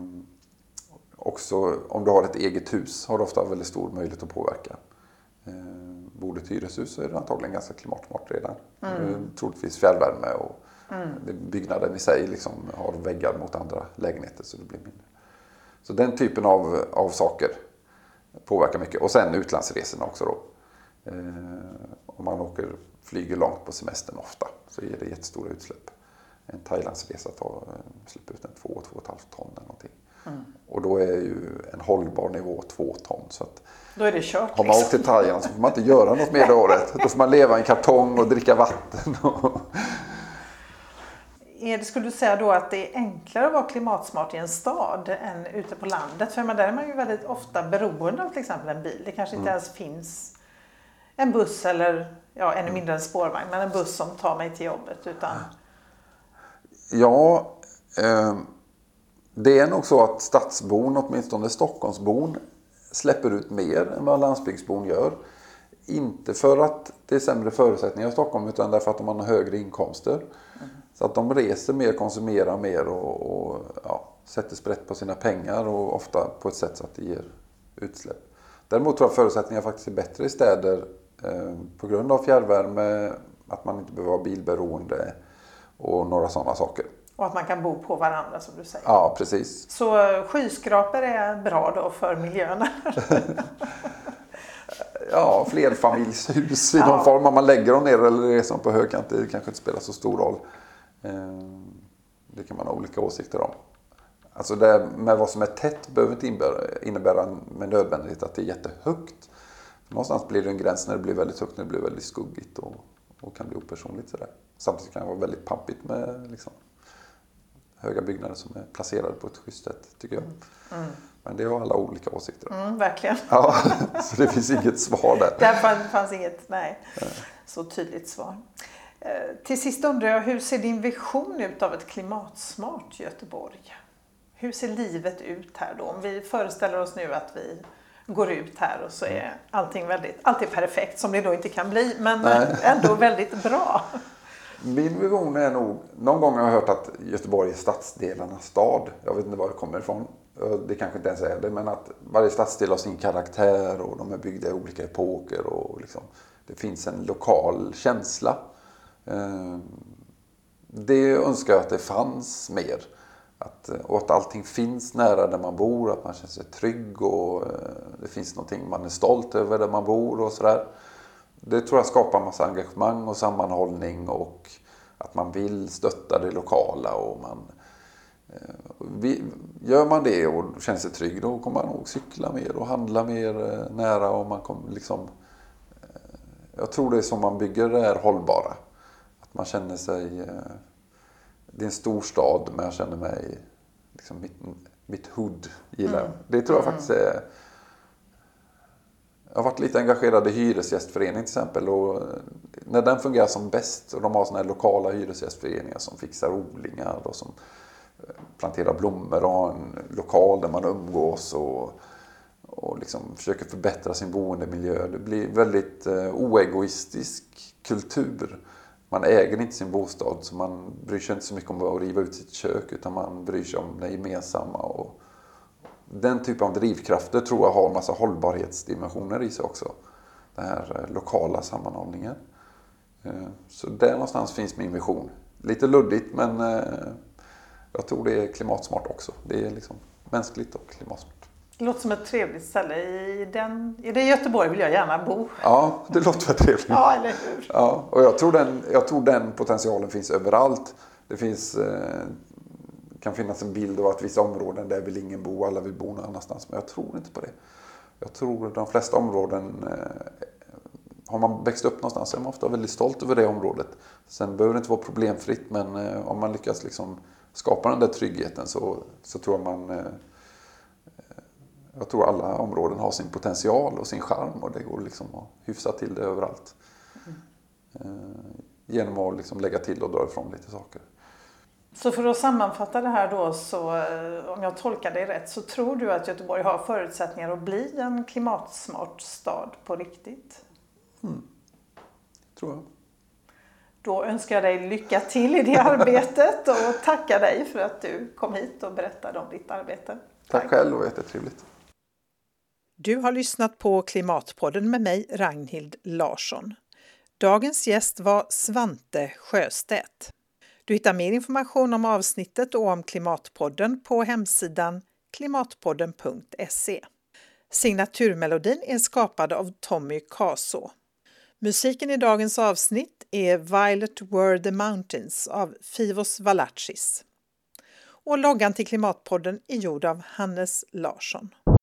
också om du har ett eget hus har du ofta väldigt stor möjlighet att påverka. Eh, bor du i ett hyreshus så är det antagligen ganska klimatsmart redan. Mm. Eh, troligtvis fjärrvärme och mm. byggnaden i sig liksom har väggar mot andra lägenheter så det blir mindre. Så den typen av, av saker påverkar mycket. Och sen utlandsresorna också då. Eh, om man åker, flyger långt på semestern ofta så ger det jättestora utsläpp. En Thailandsresa tar, släpper ut en två till två komma fem ton eller någonting. Mm. Och då är ju en hållbar nivå två ton. Så att då är det kört. Har man åkt till Thailand så får man inte göra något mer det året. Då får man leva i en kartong och dricka vatten. Och är det, skulle du säga då att det är enklare att vara klimatsmart i en stad än ute på landet? För där är man ju väldigt ofta beroende av till exempel en bil. Det kanske inte mm. ens finns en buss eller ja, ännu mindre en spårvagn, men en buss som tar mig till jobbet. Utan... Ja, eh, det är nog så att stadsbon, åtminstone Stockholmsbon, släpper ut mer än vad landsbygdsbon gör. Inte för att det är sämre förutsättningar i Stockholm utan därför att de har högre inkomster. Mm. Så att de reser mer, konsumerar mer och, och ja, sätter sprätt på sina pengar och ofta på ett sätt så att det ger utsläpp. Däremot tror jag förutsättningarna faktiskt är bättre i städer eh, på grund av fjärrvärme, att man inte behöver vara bilberoende och några sådana saker. Och att man kan bo på varandra som du säger. Ja, precis. Så skyskrapor är bra då för miljön? Ja, flerfamiljshus i någon ja. form. Om man lägger dem ner eller är som på högkant, det kanske inte spelar så stor roll. Det kan man ha olika åsikter om. Alltså det med vad som är tätt behöver inte innebära med nödvändighet att det är jättehögt. Någonstans blir det en gräns när det blir väldigt högt, när det blir väldigt skuggigt och, och kan bli opersonligt sådär. Samtidigt kan det vara väldigt pampigt med liksom, höga byggnader som är placerade på ett schysst sätt, tycker jag. Mm. Men det har alla olika åsikter. Mm, verkligen. Ja, så det finns inget svar där. Där fanns, fanns inget, nej, så tydligt svar. Eh, till sist undrar jag, hur ser din vision ut av ett klimatsmart Göteborg? Hur ser livet ut här då? Om vi föreställer oss nu att vi går ut här och så är allting väldigt, allt är perfekt som det då inte kan bli, men nej. ändå väldigt bra. Min vision är nog, någon gång har jag hört att Göteborg är stadsdelarnas stad. Jag vet inte var det kommer ifrån. Det kanske inte ens är det, men att varje stadsdel har sin karaktär och de är byggda i olika epoker och liksom, det finns en lokal känsla. Det önskar jag att det fanns mer. Att, och att allting finns nära där man bor, att man känner sig trygg och det finns någonting man är stolt över där man bor och sådär. Det tror jag skapar en massa engagemang och sammanhållning och att man vill stötta det lokala och man vi, gör man det och känner sig trygg, då kommer man nog cykla mer och handla mer nära och man kommer liksom, jag tror det är som man bygger det här hållbara, att man känner sig, det är en stor stad men jag känner mig liksom mitt, mitt hood gillar mm. det tror jag faktiskt är. Jag har varit lite engagerad i hyresgästförening till exempel och när den fungerar som bäst och de har såna här lokala hyresgästföreningar som fixar odlingar och som planterar blommor och har en lokal där man umgås och, och liksom försöker förbättra sin boendemiljö. Det blir väldigt eh, oegoistisk kultur. Man äger inte sin bostad så man bryr sig inte så mycket om att riva ut sitt kök utan man bryr sig om det gemensamma. Och den typen av drivkrafter tror jag har en massa hållbarhetsdimensioner i sig också. Den här eh, lokala sammanhållningen. Eh, så där någonstans finns min vision. Lite luddigt men... Eh, Jag tror det är klimatsmart också. Det är liksom mänskligt och klimatsmart. Det låter som ett trevligt ställe. I, den, i det Göteborg vill jag gärna bo. Ja, det låter väl trevligt. Ja, eller hur? Ja, och jag tror, den, jag tror den potentialen finns överallt. Det finns, eh, kan finnas en bild av att vissa områden där vill ingen bo, alla vill bo någon annanstans. Men jag tror inte på det. Jag tror att de flesta områden, eh, har man växt upp någonstans så är man ofta väldigt stolt över det området. Sen behöver det inte vara problemfritt, men eh, om man lyckas liksom skapa den där tryggheten så, så tror man... Eh, jag tror alla områden har sin potential och sin charm och det går liksom att hyfsa till det överallt. Mm. Genom att liksom lägga till och dra ifrån lite saker. Så för att sammanfatta det här då, så om jag tolkar dig rätt, så tror du att Göteborg har förutsättningar att bli en klimatsmart stad på riktigt? Mm. Tror jag. Då önskar jag dig lycka till i det arbetet och tackar dig för att du kom hit och berättade om ditt arbete. Tack, Tack själv, och jättetrevligt. Du har lyssnat på Klimatpodden med mig, Ragnhild Larsson. Dagens gäst var Svante Sjöstedt. Du hittar mer information om avsnittet och om Klimatpodden på hemsidan klimatpodden punkt se. Signaturmelodin är skapad av Tommy Kaso. Musiken i dagens avsnitt är Violet Were the Mountains av Fivos Valachis. Och loggan till Klimatpodden är gjord av Hannes Larsson.